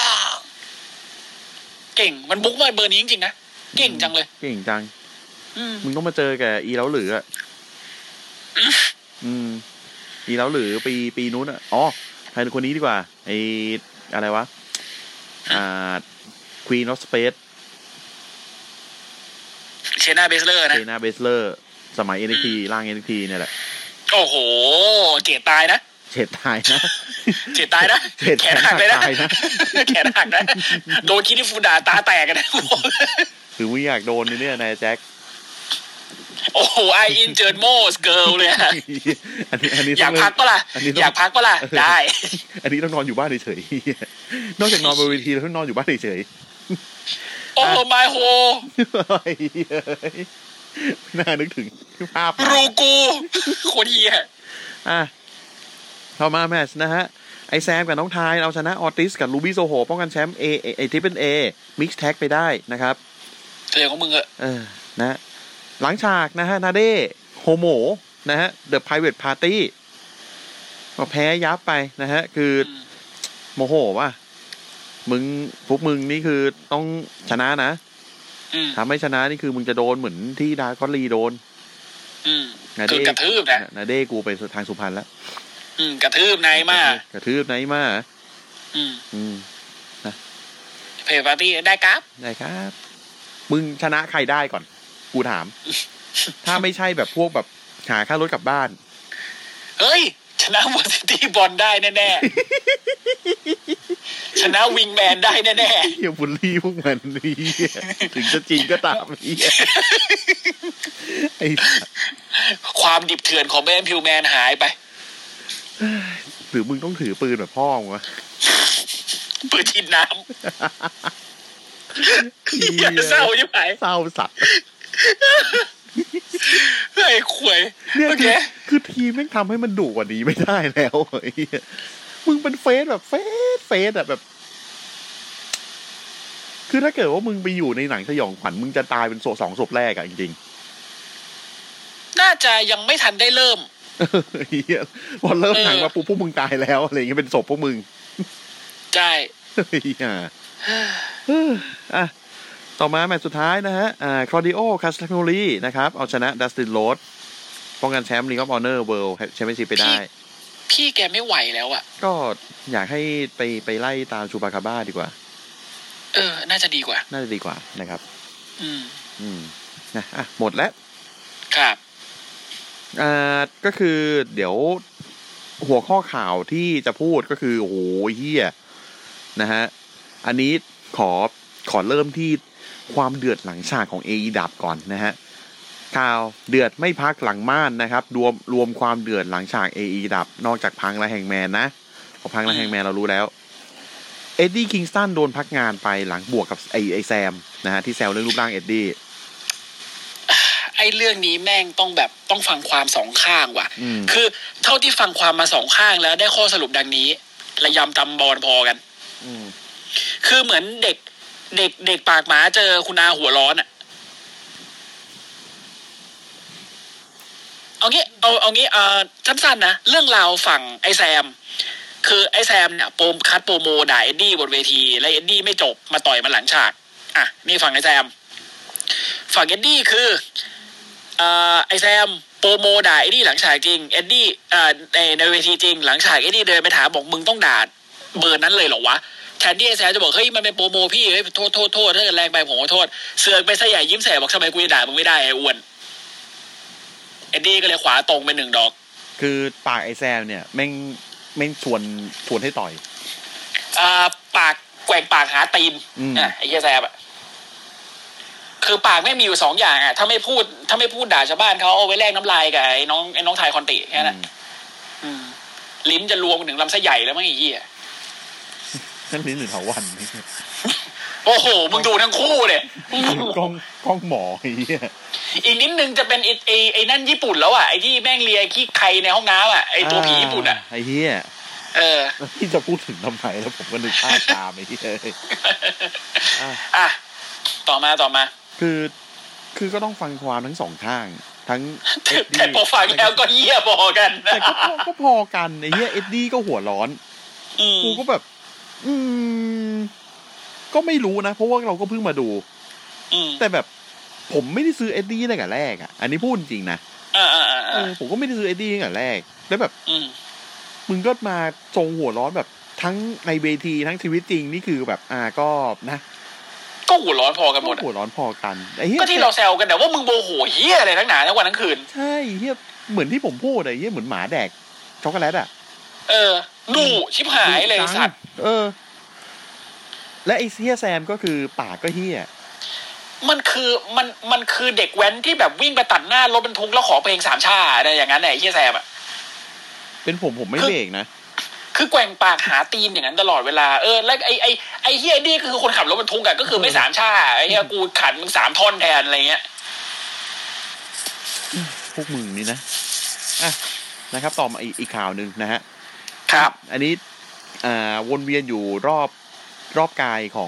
เก่งมันบุกมาเบอร์นี้จริงๆนะเก่งจังเลยเก่งจังมึงต้องมาเจอแกอีแล้วหรืออ่ะอืมอีแล้วหรือปีปีนู้นอ่ะอ๋อใครคนนี้ดีกว่าไออะไรวะอ่า Queen of Space เชน่าเบสเลอร์นะเชน่าเบสเลอร์สมัย เอ็น เอ็กซ์ ที ร่าง เอ็น เอ็กซ์ ที เนี่ยแหละโอ้โหเจียตายนะเฉดตายนะเฉดตายนะแขนหักเลยนะแขนหักนะโดนคิริฟูดะตาแตกกันนะคือไม่อยากโดนเนี่ยนายแจ็คโอ้โหไออินเจิร์ดโมสเกิร์ลเลยอันนี้อันนี้อยากพักปะล่ะอยากพักปะล่ะได้อันนี้ต้องนอนอยู่บ้านเฉยๆนอกจากนอนบนเวทีแล้วต้องนอนอยู่บ้านเฉยๆโอ้ไมโฮน่านึกถึงภาพรูกูโคตรเหี้ยอ่ะเข้ามาแมตช์นะฮะไอแซมกับน้องทายเอาชนะออติสกับลูบี้โซโหป้องกันแชมป์เอไอทริปเปิลเอมิกซ์แท็กไปได้นะครับเรื่องของมึงอะเออนะหลังฉากนะฮะนาเด้โฮโมนะฮะเดอะไพรเวทพาร์ตี้ก็แพ้ยับไปนะฮะคือโมโหว่ะมึงพวกมึงนี่คือต้องชนะนะถ้าไม่ชนะนี่คือมึงจะโดนเหมือนที่ดาร์คอลีโดนนาเด้กระทืบนะนาเด้กูไปทางสุพรรณแล้วกระทืบนายมากกระทืบนายมาอืมอืมนะเพย์ปาร์ตี้ได้ครับได้ครับมึงชนะใครได้ก่อนกูถามถ้าไม่ใช่แบบพวกแบบหาค่ารถกลับบ้านเฮ้ยชนะวอซิตี้บอลได้แน่ๆชนะวิงแมนได้แน่ๆอย่าบุลลี่พวกมันนี่ถึงจะจริงก็ตามนี่ไอ้ความดิบเถื่อนของแมนพิวแมนหายไปหรือมึงต้องถือปืนแบบพ่อมึงวะปืนฉีดน้ำอย่าเศร้าใช่ไหมเศร้าสัตว์ไอ้ขวยเนี่ยคือทีมแม่งทำให้มันดุกว่านี้ไม่ได้แล้วไอ้มึงเป็นเฟสแบบเฟสเฟสอะแบบคือถ้าเกิดว่ามึงไปอยู่ในหนังสยองขวัญมึงจะตายเป็นโศกสองศพแรกอะจริงๆน่าจะยังไม่ทันได้เริ่มพอเริ่มหนังมาปุ๊บพวกมึงตายแล้วอะไรอย่างเงี้ยเป็นศพพวกมึงใช่อ่ะต่อมาแมตช์สุดท้ายนะฮะอ่าคลอดิโอคาสตาโนลีนะครับเอาชนะดัสตินโรดป้องกันแชมป์ลิงออฟออเนอร์เวิลด์แชมเปี้ยนชิพไปได้พี่แกไม่ไหวแล้วอ่ะก็อยากให้ไปไปไล่ตามชูบาคาบ้าดีกว่าเออน่าจะดีกว่าน่าจะดีกว่านะครับอืมอืมนะอ่ะหมดแล้วครับอ่าก็คือเดี๋ยวหัวข้อข่าวที่จะพูดก็คือโอ้โหเหี้ยนะฮะอันนี้ขอขอเริ่มที่ความเดือดหลังฉากของ เอ อี ดับ ก่อนนะฮะข่าวเดือดไม่พักหลังม่านนะครับรวมรวมความเดือดหลังฉาก เอ อี ดับนอกจากพังและแฮงแมนนะพอพังและแฮงแมนเรารู้แล้วเอ็ดดี้คิงสตันโดนพักงานไปหลังบวกกับไอไอแซมนะฮะที่แซวเรื่องรูปร่างเอ็ดดี้ไอ้เรื่องนี้แม่งต้องแบบต้องฟังความสองข้างว่ะคือเท่าที่ฟังความมาสองข้างแล้วได้ข้อสรุปดังนี้ระยำตำบอลพอกันคือเหมือนเด็กเด็กเด็กปากหมาเจอคุณอาหัวร้อนอ่ะเอางี้เอาเอางี้อ่าสั้นๆนะเรื่องราวฝั่งไอแซมคือไอแซมเนี่ยโปมคัดโปรโมด่าเอ็ดดี้บนเวทีแล้วเอ็ดดี้ไม่จบมาต่อยมาหลังฉากอ่ะนี่ฝั่งไอแซมฝั่งเอ็ดดี้คืออ่าไอแซมโปรโมด่าเอ็ดดี้หลังฉากจริงเอ็ดดี้อ่าในในเวทีจริงหลังฉากเอ็ดดี้เดินไปถามบอกมึงต้องด่าเบอร์นั้นเลยเหรอวะแทนที่ไอแซมจะบอกเฮ้ยมันเป็นโปรโมพี่เฮ้ยโทษโทษโทษถ้าเกิดแรงไปผมขอโทษเสือกไปซะใหญ่ยิ้มแสบบอกทำไมกูจะด่ามึงไม่ได้ไอ้อ้วนเอ็ดดี้ก็เลยขวาตรงไปหนึ่งดอกคือปากไอแซมเนี่ยแม่งแม่งชวนชวนให้ต่อยอ่าปากแกว่งปากหาตีนอ่ะไอ้แซมอ่ะคือปากไม่มีอยู่สองอย่างอ่ะถ้าไม่พูดถ้าไม่พูดด่าชาวบ้านเขาเอาไว้แลกน้ำลายกับไอ้น้องไอ้น้องไทยคอนติแค่นั้นลิ้นจะรวมถึงลำไส้ใหญ่แล้วมั้งไอ้เหี้ยนั่นลิ้นหรือเถาวัลย์โอ้โหมึงดูทั้งคู่เลยกล้องกล้องหมอไอ้เหี้ยอีกนิดนึงจะเป็นไอ้ไอ้ไอ้นั่นญี่ปุ่นแล้วอ่ะไอ้ที่แม่งเลียขี้ใครในห้องน้ำอ่ะไอ้ตัวผีญี่ปุ่นอ่ะไอ้เหี้ยเออที่จะพูดถึงทำไมแล้วผมก็นึกภาพตามไอ้เหี้ยอ่ะต่อมาต่อมาคือคือก็ต้องฟังความทั้งสองข้างทั้งแต่พอฟังแล้วก็เหี้ยพอกันแต่ก็พอก็พอกันไอ้เหี้ยเอ็ดดี้ก็หัวร้อนกูก็แบบอืมก็ไม่รู้นะเพราะว่าเราก็เพิ่งมาดูแต่แบบผมไม่ได้ซื้อเอ็ดดี้ตั้งแต่แรกอ่ะอันนี้พูดจริงนะเออเออเออผมก็ไม่ได้ซื้อเอ็ดดี้ตั้งแต่แรกแล้วแบบมึงก็มาทรงหัวร้อนแบบทั้งในเวทีทั้งชีวิตจริงนี่คือแบบอ่าก็นะก็หัวร้อนพอกันหมดหัวร้อนพอกันไอ้เหี้ยก็ที่เราแซวกันแต่ว่ามึงโมโหเหี้ยอะไรทั้งหนาทั้งวันทั้งคืนใช่เหี้ยเหมือนที่ผมพูดไอ้เหี้ยเหมือนหมาแดกช็อกโกแลตอ่ะเออดุชิบหายเลยสัตว์เออและไอ้เฮียแซมก็คือปากก็เฮียมันคือมันมันคือเด็กแว้นที่แบบวิ่งไปตัดหน้ารถบรรทุกแล้วขอเพลงสามชาอะไรอย่างนั้นไอ้เฮียแซมอ่ะเป็นผมผมไม่เบรกนะคือแกว่งปากหาตีนอย่างนั้นตลอดเวลาเออแล้วไอ้ไอ้ไอ้เฮียนี่คือคนขับรถบรรทุกอ่ะก็คือไม่สามชาไอ้เฮียกูขันมึงสามท่อนแทนอะไรเงี้ยพวกมึงนี่นะอ่ะนะครับต่อมาอีกอีกข่าวนึงนะฮะครับอันนี้อ่าวนเวียนอยู่รอบรอบกายของ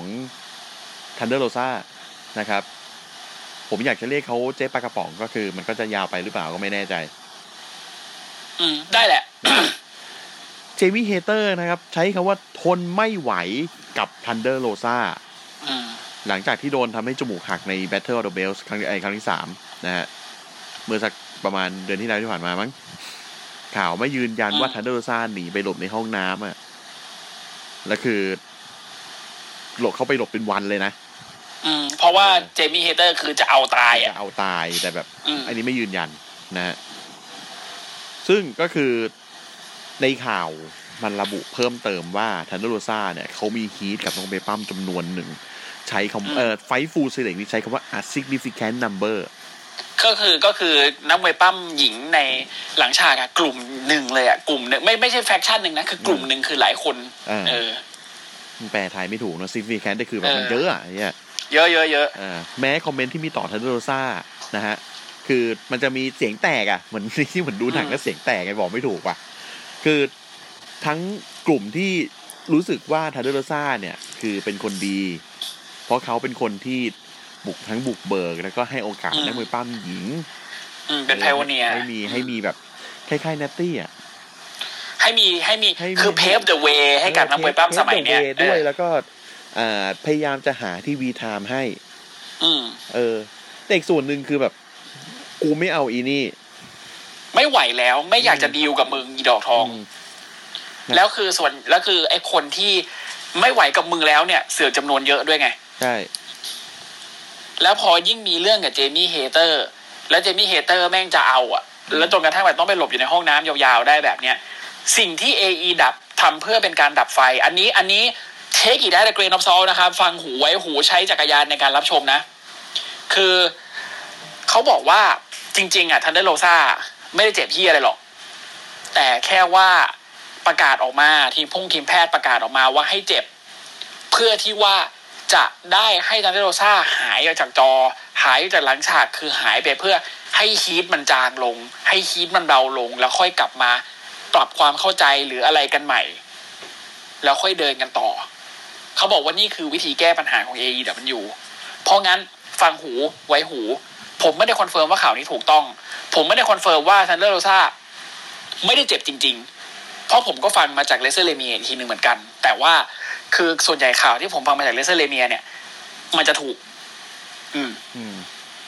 Thunder Rosa นะครับผมอยากจะเรียกเขาเจ๊ปลากระป๋องก็คือมันก็จะยาวไปหรือเปล่าก็ไม่แน่ใจอืมได้แหละเจมี่เฮเตอร์นะครับใช้คำว่าทนไม่ไหวกับ Thunder Rosa อืมหลังจากที่โดนทำให้จมูกหักใน Battle of the Bells ครั้งไอ้ครั้งที่สามนะฮะเมื่อสักประมาณเดือนที่แล้วที่ผ่านมามั้งข่าวไม่ยืนยันว่า Thunder Rosa หนีไปหลบในห้องน้ำอ่ะแล้วคือหลบเข้าไปหลบเป็นวันเลยนะอืมเพราะว่าเจมี่เฮเตอร์คือจะเอาตายอ่ะจะเอาตายแต่แบบอันนี้ไม่ยืนยันนะฮะซึ่งก็คือในข่าวมันระบุเพิ่มเติมว่า Thunder Rosa เนี่ยเขามีฮีทกับน้องเบปั้มจำนวนหนึ่งใช้คำเอ่อไฟฟูลเซเลกนี่ใช้คำว่า a significant number ก็คือก็คือนักมวยปั้มหญิงในหลังฉากอะกลุ่มหนึ่งเลยอะกลุ่มนึงไม่ไม่ใช่แฟคชั่นนึงนะคือกลุ่มนึงคือหลายคนเออแปลไทยไม่ถูกเนาะ significant ก็คือแบบมันเยอะอ่ะเนี่ยเยอะเยอะเยอะแม้คอมเมนต์ที่มีต่อ Thunder Rosa นะฮะคือมันจะมีเสียงแตกอ่ะเหมือนที่เหมือนดูหนังแล้วเสียงแตกไงบอกไม่ถูกว่ะคือทั้งกลุ่มที่รู้สึกว่า Thunder Rosa เนี่ยคือเป็นคนดีเพราะเขาเป็นคนที่บุกทั้งบุกเบิกแล้วก็ให้โอกาสนักมวยปั้มหญิงเป็นไพโอเนียร์ให้มีให้มีแบบคล้ายๆนัตตี้อ่ะให้มีให้มีคือเพฟเดอะเวย์ให้กับนักมวยปั้มสมัยเนี้ยด้วยแล้วก็อ่าพยายามจะหาที่วีไทม์ให้อืมเออแต่อีกส่วนหนึ่งคือแบบกูไม่เอาอีนี่ไม่ไหวแล้วไม่อยากจะดีลกับมึงอีดอกทองแล้วคือส่วนแล้วคือไอ้คนที่ไม่ไหวกับมึงแล้วเนี่ยเสือกจำนวนเยอะด้วยไงใช่แล้วพอยิ่งมีเรื่องกับเจมี่เฮเตอร์แล้วเจมี่เฮเตอร์แม่งจะเอาอ่ะแล้วจนกระทั่งแบบต้องไปหลบอยู่ในห้องน้ำยาวๆได้แบบเนี้ยสิ่งที่ เอ อี ดับทำเพื่อเป็นการดับไฟอันนี้อันนี้เทคอีกได้แต่เกรนออฟซอลนะครับฟังหูไว้หูใช้จักรยานในการรับชมนะคือเขาบอกว่าจริงๆอ่ะ Thunder Rosa ไม่ได้เจ็บเหี้ยอะไรหรอกแต่แค่ว่าประกาศออกมาทีมพุ่งทีมแพทย์ประกาศออกมาว่าให้เจ็บเพื่อที่ว่าจะได้ให้ Thunder Rosa หายออกจากจอหายจากหลังฉากคือหายไปเพื่อให้ฮีทมันจางลงให้ฮีทมันเบาลงแล้วค่อยกลับมาปรับความเข้าใจหรืออะไรกันใหม่แล้วค่อยเดินกันต่อเขาบอกว่านี่คือวิธีแก้ปัญหาของ เอ อี ดับเบิลยู เพราะงั้นฟังหูไว้หูผมไม่ได้คอนเฟิร์มว่าข่าวนี้ถูกต้องผมไม่ได้คอนเฟิร์มว่า Thunder Rosa ไม่ได้เจ็บจริงๆเพราะผมก็ฟังมาจากเลเซอร์เลเมียอีกทีนึงเหมือนกันแต่ว่าคือส่วนใหญ่ข่าวที่ผมฟังมาจากเลเซอร์เลเมียเนี่ยมันจะถูกอืมอืม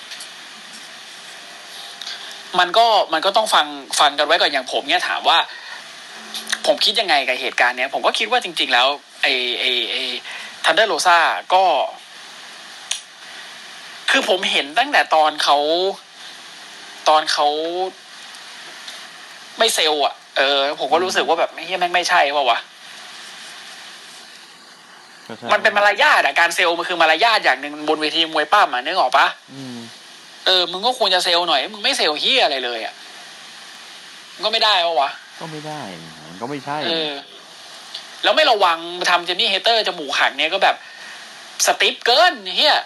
มันก็มันก็ต้องฟังฟังกันไว้ก่อนอย่างผมเนี่ยถามว่าผมคิดยังไงกับเหตุการณ์เนี้ยผมก็คิดว่าจริงๆแล้วไอไอไอ Thunder Rosa ก็คือผมเห็นตั้งแต่ตอนเขาตอนเขาไม่เซลอ่ะเออผมก็รู้สึกว่าแบบไม่เฮียแม่งไม่ใช่ป่าววะมันเป็นมารยาทอ่ะการเซลมันคือมารยาทอย่างนึงบนเวทีมวยปั้มอ่ะนึกออกปะเออมึงก็ควรจะเซลหน่อยมึงไม่เซลเฮียอะไรเลยอ่ะก็ไม่ได้ป่าววะก็ไม่ได้มันก็ไม่ใช่เออแล้วไม่ระวังทำเจมี่เฮเตอร์จมูกหักเนี้ยก็แบบสติ๊ปเกินเฮีย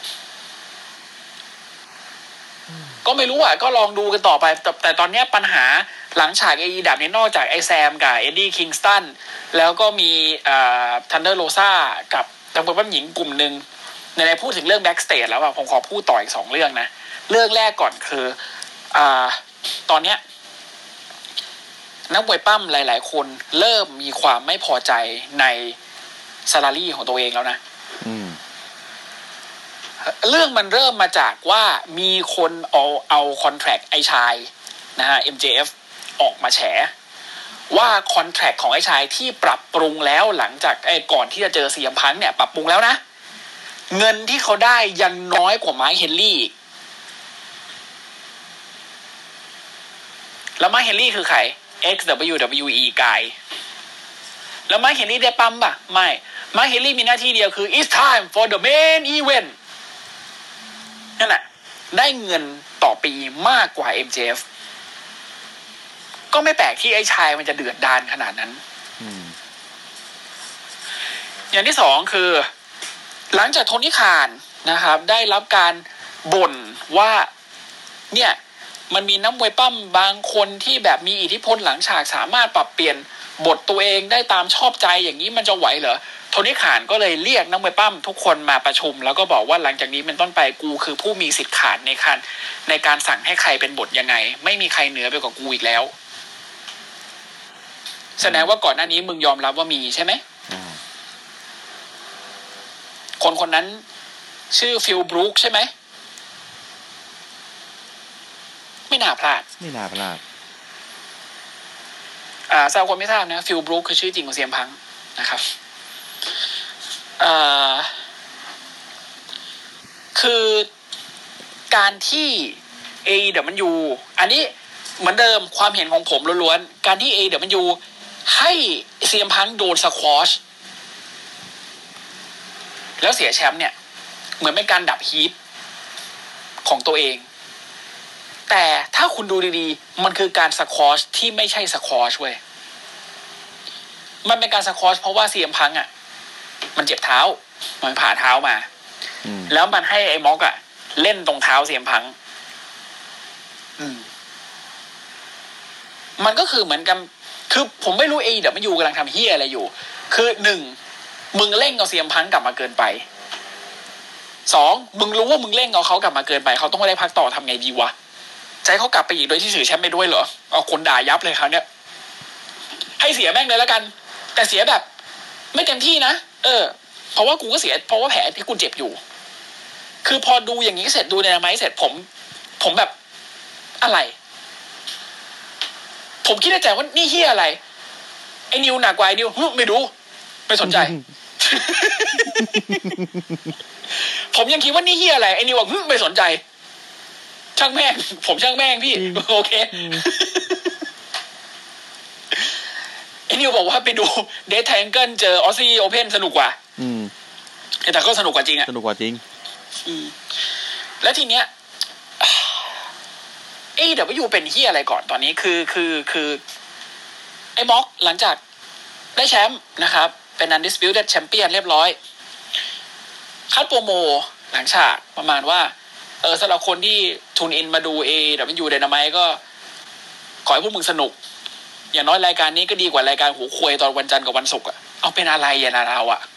ก็ไม่รู้อ่ะก็ลองดูกันต่อไปแต่แต่ตอนนี้ปัญหาหลังฉาก เอ อี ดับนี้นอกจากไอแซมกับเอ็ดดี้คิงสตันแล้วก็มีอ่า Thunder Rosa กับนักมวยปั้มหญิงกลุ่มนึงในพูดถึงเรื่องแบ็กสเตจแล้วอ่ะผมขอพูดต่ออีกสองเรื่องนะเรื่องแรกก่อนคืออ่าตอนเนี้ยนักมวยปั้มหลายๆคนเริ่มมีความไม่พอใจในซาลารี่ของตัวเองแล้วนะเรื่องมันเริ่มมาจากว่ามีคนเอาเอาคอนแทรคไอ้ชายนะฮะ เอ็ม เจ เอฟ ออกมาแฉว่าคอนแทรคของไอ้ชายที่ปรับปรุงแล้วหลังจากไอ้ก่อนที่จะเจอซี เอ็ม พังเนี่ยปรับปรุงแล้วนะเงินที่เขาได้ยังน้อยกว่าไมค์เฮนรี่แล้วไมค์เฮนรี่คือใคร เอ็กซ์ ดับเบิลยู ดับเบิลยู อี guy แล้วมาร์คเฮนรี่ได้ปั๊มป่ะไม่มาร์คเฮนรี่มีหน้าที่เดียวคือ it's time for the main event นั่นแหละได้เงินต่อปีมากกว่า เอ็ม เจ เอฟ ก็ไม่แปลกที่ไอ้ชายมันจะเดือดดาลขนาดนั้นอย่างที่สองคือหลังจากโทนี่คานนะครับได้รับการบ่นว่าเนี่ยมันมีนักมวยปั้มบางคนที่แบบมีอิทธิพลหลังฉากสามารถปรับเปลี่ยนบทตัวเองได้ตามชอบใจอย่างนี้มันจะไหวเหรอโทนี่คานก็เลยเรียกนักมวยปั้มทุกคนมาประชุมแล้วก็บอกว่าหลังจากนี้เป็นต้นไปกูคือผู้มีสิทธิ์ขาดในการในการสั่งให้ใครเป็นบทยังไงไม่มีใครเหนือไปกว่ากูอีกแล้วแสดงว่าก่อนหน้านี้มึงยอมรับว่ามีใช่ไหมคนคนนั้นชื่อฟิลบรูคใช่ไหมไม่น่าพลาดไม่น่าพลาดอ่าสำหรับคนไม่ทราบนะฟิลบรูคคือชื่อจริงของเซียมพังนะครับอ่าคือการที่ เอ อี ดับเบิลยู อันนี้เหมือนเดิมความเห็นของผมล้วนๆการที่ เอ อี ดับเบิลยู ให้เซียมพังโดนสควอชแล้วเสียแชมป์เนี่ยเหมือนเป็นการดับฮีทของตัวเองแต่ถ้าคุณดูดีๆมันคือการสควอชที่ไม่ใช่สควอชเว้ยมันเป็นการสควอชเพราะว่าเซียมพังอ่ะมันเจ็บเท้ามันผ่าเท้ามาแล้วมันให้ไอ้ม็อกอ่ะเล่นตรงเท้าเซียมพังมันก็คือเหมือนกันคือผมไม่รู้ เอ อี ดับเบิลยู กำลังทำเหี้ยอะไรอยู่คือหนึ่งมึงเล่งเอาเซียมพังกลับมาเกินไปสองมึงรู้ว่ามึงเล่งเอาเขากลับมาเกินไปเขาต้องไม่ได้พักต่อทำไงดีวะใจเขากลับไปอีกโดยที่ถือแชมป์ไปด้วยเหรอเอาคนด่ายับเลยคราวเนี้ยให้เสียแม่งเลยแล้วกันแต่เสียแบบไม่เต็มที่นะเออเพราะว่ากูก็เสียเพราะว่าแผลที่กูเจ็บอยู่คือพอดูอย่างนี้เสร็จดูในไมค์เสร็จผมผมแบบอะไรผมคิดในใจว่านี่เหี้ยอะไรไอ้นิวหนักกว่าไอ้นิวไม่ดูไม่สนใจ ผมยังคิดว่านี่เหี้ยอะไรไอ้นิวบอกไม่สนใจช่างแม่งผมช่างแม่งพี่โอเคไอ้นิวบอกว่าไปดูเดทแทงเกิลเจอออสซี่โอเพ่นสนุกกว่าอืมแต่ก็สนุกกว่าจริงอะสนุกกว่าจริงอืมแล้วทีเนี้ยเอ อี ดับเบิลยู เป็นเหี้ยอะไรก่อนตอนนี้คือคือคือไอ้ม็อกหลังจากได้แชมป์นะครับเป็น Undisputed Champion เรียบร้อยคัดโปรโมหลังฉากประมาณว่าเออสำหรับคนที่ทูนอินมาดู เอ ดับเบิลยู Dynamite ก็ขอให้พวกมึงสนุกอย่างน้อยรายการนี้ก็ดีกว่ารายการหัวควยตอนวันจันทร์กับวันศุกร์อ่ะเอาเป็นอะไรอ่ะนะเราอ่ะ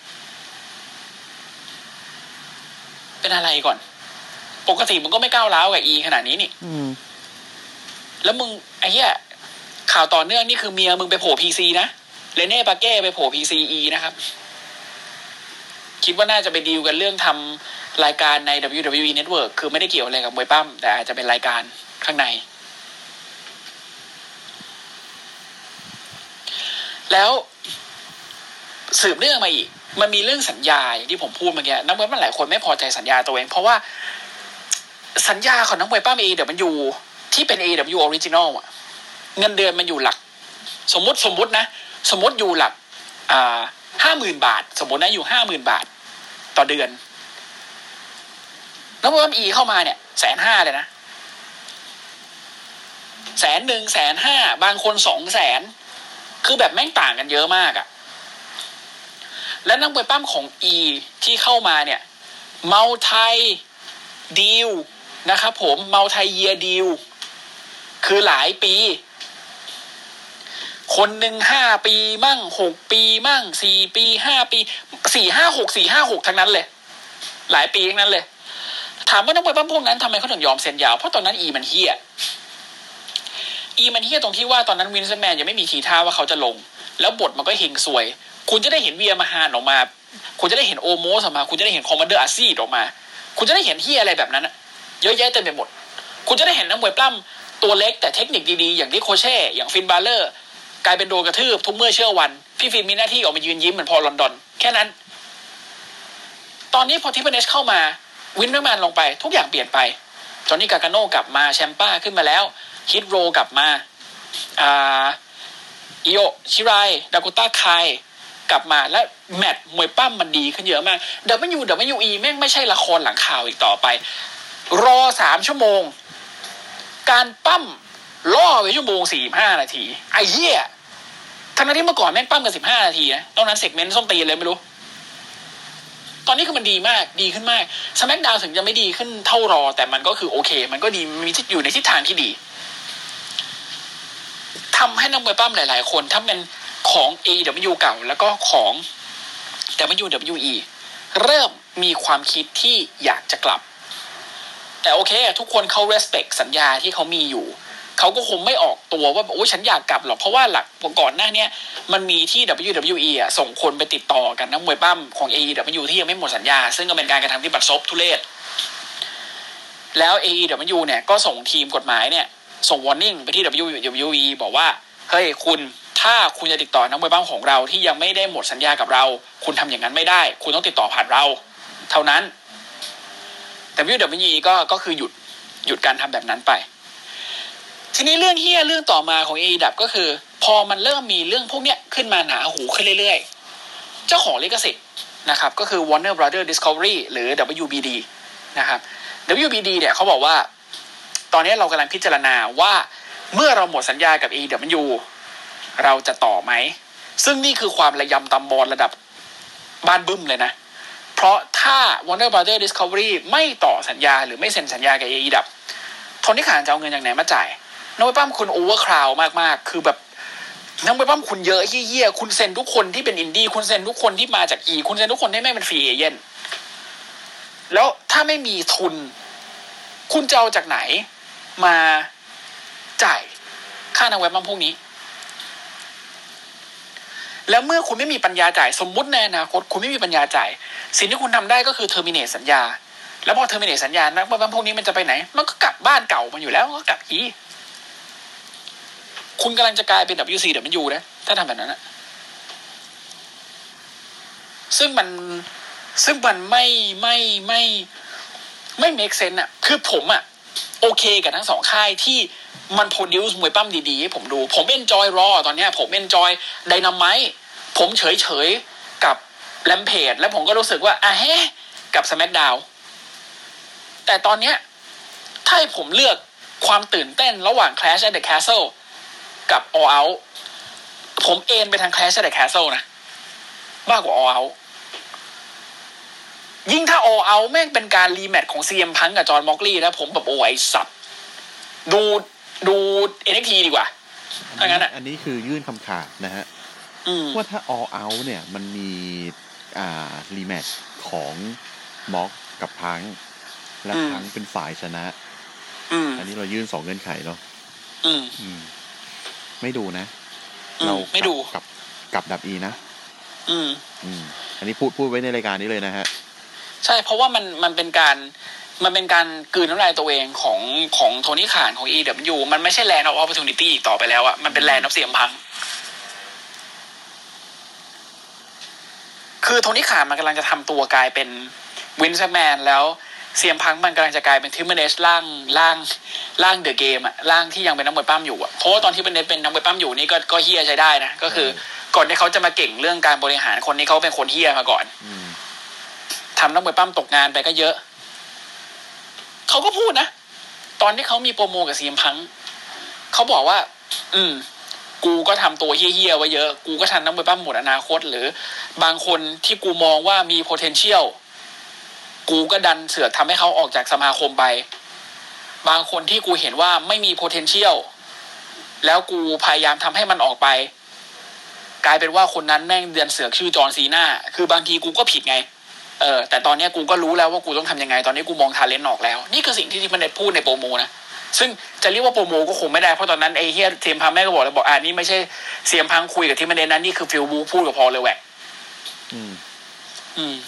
เป็นอะไรก่อนปกติมึงก็ไม่ก้าวร้าวกับ E ขนาดนี้นี่อืมแล้วมึงไอ้เหี้ยข่าวต่อเนื่องนี่คือเมียมึงไปโผล่ พี ซี นะเรเน่ปาเก้ไปโผล่ พี ซี อี นะครับคิดว่าน่าจะไปดีลกันเรื่องทำรายการใน ดับเบิลยู ดับเบิลยู อี Network คือไม่ได้เกี่ยวอะไรกับมวยปั้มแต่อาจจะเป็นรายการข้างในแล้วสืบเรื่องมาอีกมันมีเรื่องสัญญาอย่างที่ผมพูดเมื่อกี้นักมวยปั้มหลายคนไม่พอใจสัญญาตัวเองเพราะว่าสัญญาของนักมวยปั้ม เอ ดับเบิลยู ที่เป็น เอ ดับเบิลยู Original อ่ะเงินเดือนมันอยู่หลักสมมุติสมมุตินะสมมุติอยู่หลักอ่า ห้าหมื่น บาทสมมุตินะอยู่ ห้าหมื่น บาทต่อเดือนนักมวยปั้ม E เข้ามาเนี่ย หนึ่งแสนห้าหมื่น เลยนะแสนหนึ่งแสนห้าบางคน สองแสนคือแบบแม่งต่างกันเยอะมากอ่ะและนักมวยปั้มของ E ที่เข้ามาเนี่ย Multi Deal นะครับผม Multi Year Deal คือหลายปีคนหนึ่งห้าปีมั่งหกปีมั่งสี่ปีห้าปีสี่ห้าหกสี่ห้าหกทั้งนั้นเลยหลายปีทั้งนั้นเลยถามว่านักมวยปั้มพวกนั้นทำไมเขาถึงยอมเซ็นยาวเพราะตอนนั้น E มันเหี้ย E มันเหี้ยตรงที่ว่าตอนนั้นวินเซนแมนยังไม่มีทีท่าว่าเขาจะลงแล้วบทมันก็เฮงซวยคุณจะได้เห็นเวียมาฮานออกมาคุณจะได้เห็นโอโมสออกมาคุณจะได้เห็นคอมมานเดอร์อาซีดออกมาคุณจะได้เห็นเหี้ยอะไรแบบนั้นอะเยอะแยะเต็มไปหมดคุณจะได้เห็นนักมวยปั้มตัวเล็กแต่เทคนิคดีๆอย่างที่โคเช่อย่างฟินบาเลอร์กลายเป็นโดนกระทืบทุกเมื่อเชื่อวันพี่ฟินมีหน้าที่ออกมายืนยิ้มเหมือนพอลอนดอนแค่นั้นตอนนี้พอทิปเปอร์เนชเข้ามาวินเนอร์แมนลงไปทุกอย่างเปลี่ยนไปจอห์นนี่กาการโน่กลับมาแชมป้าขึ้นมาแล้วฮิตโรกลับมาอ่าอิโอชิไรดากุต้าไคกลับมาและแมตช์มวยปั้มมันดีขึ้นเยอะมาก ดับเบิลยู ดับเบิลยู อี แม่งไม่ใช่ละครหลังข่าวอีกต่อไปรอสามชั่วโมงการปั้มล่อไปชั่วโมงสี่สิบห้านาทีไอ้เหี้ยทั้งที่เมื่อก่อนแม่งปั้มกันสิบห้านาทีนะตอนนั้นเซกเมนต์ส้มตีนเลยไม่รู้ตอนนี้คือมันดีมากดีขึ้นมาก SmackDown ถึงจะไม่ดีขึ้นเท่ารอแต่มันก็คือโอเคมันก็ดีมีอยู่ในทิศทางที่ดีทำให้นักมวยปั้มหลายๆคนถ้าเป็นของ เอ อี ดับเบิลยู เก่าแล้วก็ของ ดับเบิลยู ดับเบิลยู อี เริ่มมีความคิดที่อยากจะกลับแต่โอเคทุกคนเขา respect สัญญาที่เขามีอยู่เขาก็คงไม่ออกตัวว่าโอ้ฉันอยากกลับหรอกเพราะว่าหลักก่อนหน้านี้มันมีที่ ดับเบิลยู ดับเบิลยู อี อ่ะส่งคนไปติดต่อกันนักมวยปั้มของ เอ อี ดับเบิลยู ที่ยังไม่หมดสัญญาซึ่งก็เป็นการกระทำที่บัดซบทุเรศแล้ว เอ อี ดับเบิลยู เนี่ยก็ส่งทีมกฎหมายเนี่ยส่ง warning ไปที่ ดับเบิลยู ดับเบิลยู อี บอกว่าเฮ้ยคุณถ้าคุณจะติดต่อนักมวยปั้มของเราที่ยังไม่ได้หมดสัญญากับเราคุณทำอย่างนั้นไม่ได้คุณต้องติดต่อผ่านเราเท่านั้น ดับเบิลยู ดับเบิลยู อี ก็ก็คือหยุดหยุดการทำแบบนั้นไปทีนี้เรื่องเฮี้ยเรื่องต่อมาของ เอ อี ดับก็คือพอมันเริ่มมีเรื่องพวกเนี้ยขึ้นมาหนาหูขึ้นเรื่อยๆเจ้าของลิขสิทธิ์นะครับก็คือ Warner Brothers Discovery หรือ ดับเบิลยู บี ดี นะครับ ดับเบิลยู บี ดี เนี่ยเขาบอกว่าตอนนี้เรากำลังพิจารณาว่าเมื่อเราหมดสัญญากับ เอ อี ดับเบิลยู เราจะต่อไหมซึ่งนี่คือความระยำตำบอลระดับบ้านบึ้มเลยนะเพราะถ้า Warner Brothers Discovery ไม่ต่อสัญญาหรือไม่เซ็นสัญญากับ เอ อี ดับโทนี่ข่านจะเอาเงินจากไหนมาจ่ายนักมวยปั้มคุณโอเวอร์คราวมากๆคือแบบนักมวยปั้มคุณเยอะเหี้ยๆคุณเซ็นทุกคนที่เป็นอินดี้คุณเซ็นทุกคนที่มาจากอีคุณเซ็นทุกคนที่ไม่เป็นฟรีเอเจนต์แล้วถ้าไม่มีทุนคุณจะเอาจากไหนมาจ่ายค่านักมวยปั้มพวกนี้แล้วเมื่อคุณไม่มีปัญญาจ่ายสมมุติในอนาคตคุณไม่มีปัญญาจ่ายสิ่งที่คุณทำได้ก็คือเทอร์มิเนตสัญญาแล้วพอเทอร์มิเนตสัญญานักมวยปั้มพวกนี้มันจะไปไหนมันก็กลับบ้านเก่ามันอยู่แล้วก็กลับอีคุณกำลังจะกลายเป็น ดับเบิลยู ซี ดับเบิลยู นะถ้าทำแบบนั้นนะซึ่งมันซึ่งมันไม่ไม่ไม่ไม่ make sense อะคือผมอะโอเคกับทั้งสองค่ายที่มัน produce มวยปั้มดีๆให้ผมดูผม enjoy Raw ตอนนี้ผม enjoy Dynamite ผมเฉยๆกับ Rampage แล้วผมก็รู้สึกว่าอ่ะเฮ้กับ SmackDown แต่ตอนเนี้ยถ้าให้ผมเลือกความตื่นเต้นระหว่าง Clash at the Castle กับ All Out ผมเอนไปทาง Clash at the Castle นะมากกว่า All Out ยิ่งถ้า All Out แม่งเป็นการรีแมตช์ของ ซี เอ็ม Punk กับ John Moxley นะผมแบบโอ้ไอ้สัตว์ดูดู เอ็น เอ็กซ์ ที ดีกว่าถ้างั้นอ่ะอันนี้คือยื่นคำขาดนะฮะว่าถ้า All Out เนี่ยมันมีอ่ารีแมตช์ของม็อกกับพังและพังเป็นฝ่ายชนะอันนี้เรายื่นสองเงื่อนไขเนาะไม่ดูนะเราไม่ดูกับกับดับอีนะอืมอืมอันนี้พูดพูดไว้ในรายการนี้เลยนะฮะใช่เพราะว่ามันมันเป็นการมันเป็นการกลืนน้ำลายตัวเองของของโทนี่ข่านของ เอ ดับเบิลยู มันไม่ใช่ Land of Opportunity อีกต่อไปแล้วอะมันเป็น Land of เสียมพังคือโทนี่ข่านมันกำลังจะทำตัวกลายเป็นวินส์แมนแล้วเสียมพังมันกำลังจะกลายเป็นทิมเบอร์เนสร่างร่างร่างเดอะเกมอะร่างที่ยังเป็นนักมวยปั้มอยู่อะเพราะว่าตอนที่เป็นเป็นนักมวยปั้มอยู่นี่ก็ก็เฮี้ยใช้ได้นะก็คือก่อนที่เขาจะมาเก่งเรื่องการบริหารคนนี้เขาเป็นคนเฮี้ยมาก่อนทำนักมวยปั้มตกงานไปก็เยอะเขาก็พูดนะตอนที่เขามีโปรโมกับซีเอ็มพังเขาบอกว่าอืมกูก็ทำตัวเฮี้ยๆไว้เยอะกูก็ทันนักมวยปั้มหมดอนาคตหรือบางคนที่กูมองว่ามี potential กูก็ดันเสือกทำให้เขาออกจากสมาคมไปบางคนที่กูเห็นว่าไม่มี potential แล้วกูพยายามทำให้มันออกไปกลายเป็นว่าคนนั้นแม่งเดือนเสือกชื่อจอห์นซีน่าคือบางทีกูก็ผิดไงเออแต่ตอนนี้กูก็รู้แล้วว่ากูต้องทำยังไงตอนนี้กูมองทาเลนต์ออกแล้วนี่คือสิ่งที่ที่มันได้พูดในโปรโมนะซึ่งจะเรียกว่าโปรโมก็คงไม่ได้เพราะตอนนั้นไอ้เฮียเทียมพังแม่ก็บอกเลยบอกอ่านี่ไม่ใช่เสียมพังคุยกับที่มันเดนนั้นนี่คือฟิลบูพูดกับพอเลยแหวะอืมอืม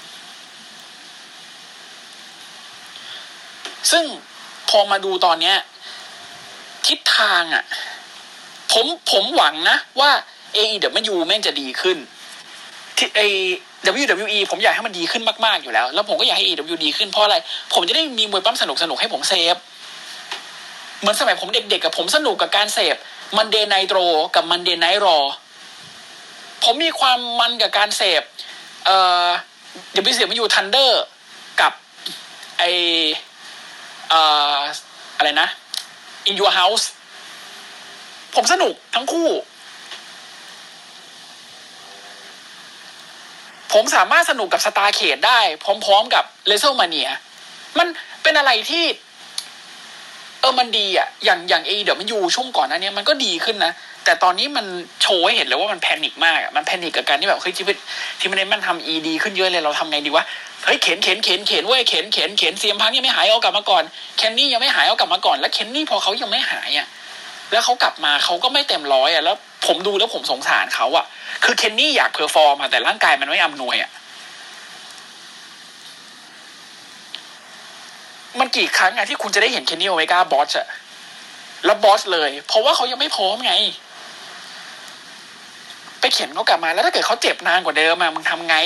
ซึ่งพอมาดูตอนเนี้ยทิศทางอ่ะผมผมหวังนะว่า เอ อี ดับเบิลยู แม่งจะดีขึ้นที่ไอ ดับเบิลยู ดับเบิลยู อี ผมอยากให้มันดีขึ้นมากๆอยู่แล้วแล้วผมก็อยากให้ เอ ดับเบิลยู ดีขึ้นเพราะอะไรผมจะได้มีมวยปั้มสนุกๆให้ผมเซฟเหมือนสมัยผมเด็กๆกับผมสนุกกับการเสพมันเดย์ไนโตรกับมันเดย์ไนท์รอผมมีความมันกับการเสพเอ่อเดี๋ยวไปเสียมาอยู่ Thunder กับไอเอ่ออะไรนะ In Your House ผมสนุกทั้งคู่ผมสามารถสนุกกับ Starcade ได้พร้อมๆกับ WrestleMania มันเป็นอะไรที่เออมันดีอ่ะอย่างอย่าง เอ อี ดับเบิลยู ช่วงก่อนหน้านี้มันก็ดีขึ้นนะแต่ตอนนี้มันโชว์ให้เห็นเลยว่ามันแพนิคมากอ่ะมันแพนิคกับการที่แบบเฮ้ยที่ที่มันมันทำ อี ดีขึ้นเยอะเลยเราทำไงดีวะเฮ้ยเข็นเข็นเข็นเข็นเว้ยเข็นเข็นเข็นเซียมพังยังไม่หายเอากลับมาก่อนเคนนี่ยังไม่หายเอากลับมาก่อนแล้วเคนนี่พอเขายังไม่หายอ่ะแล้วเขากลับมาเขาก็ไม่เต็มร้อยอ่ะแล้วผมดูแล้วผมสงสารเขาอ่ะคือเคนนี่อยากเพอร์ฟอร์มอ่ะแต่ร่างกายมันไม่อำนวยอ่ะมันกี่ครั้งอะที่คุณจะได้เห็นเคนนี่โอเมก้าบอสอะแล้วบอสเลยเพราะว่าเขายังไม่พร้อมไงไปเข็นเขากลับมาแล้วถ้าเกิดเขาเจ็บนานกว่าเดิมอะมึงทำไง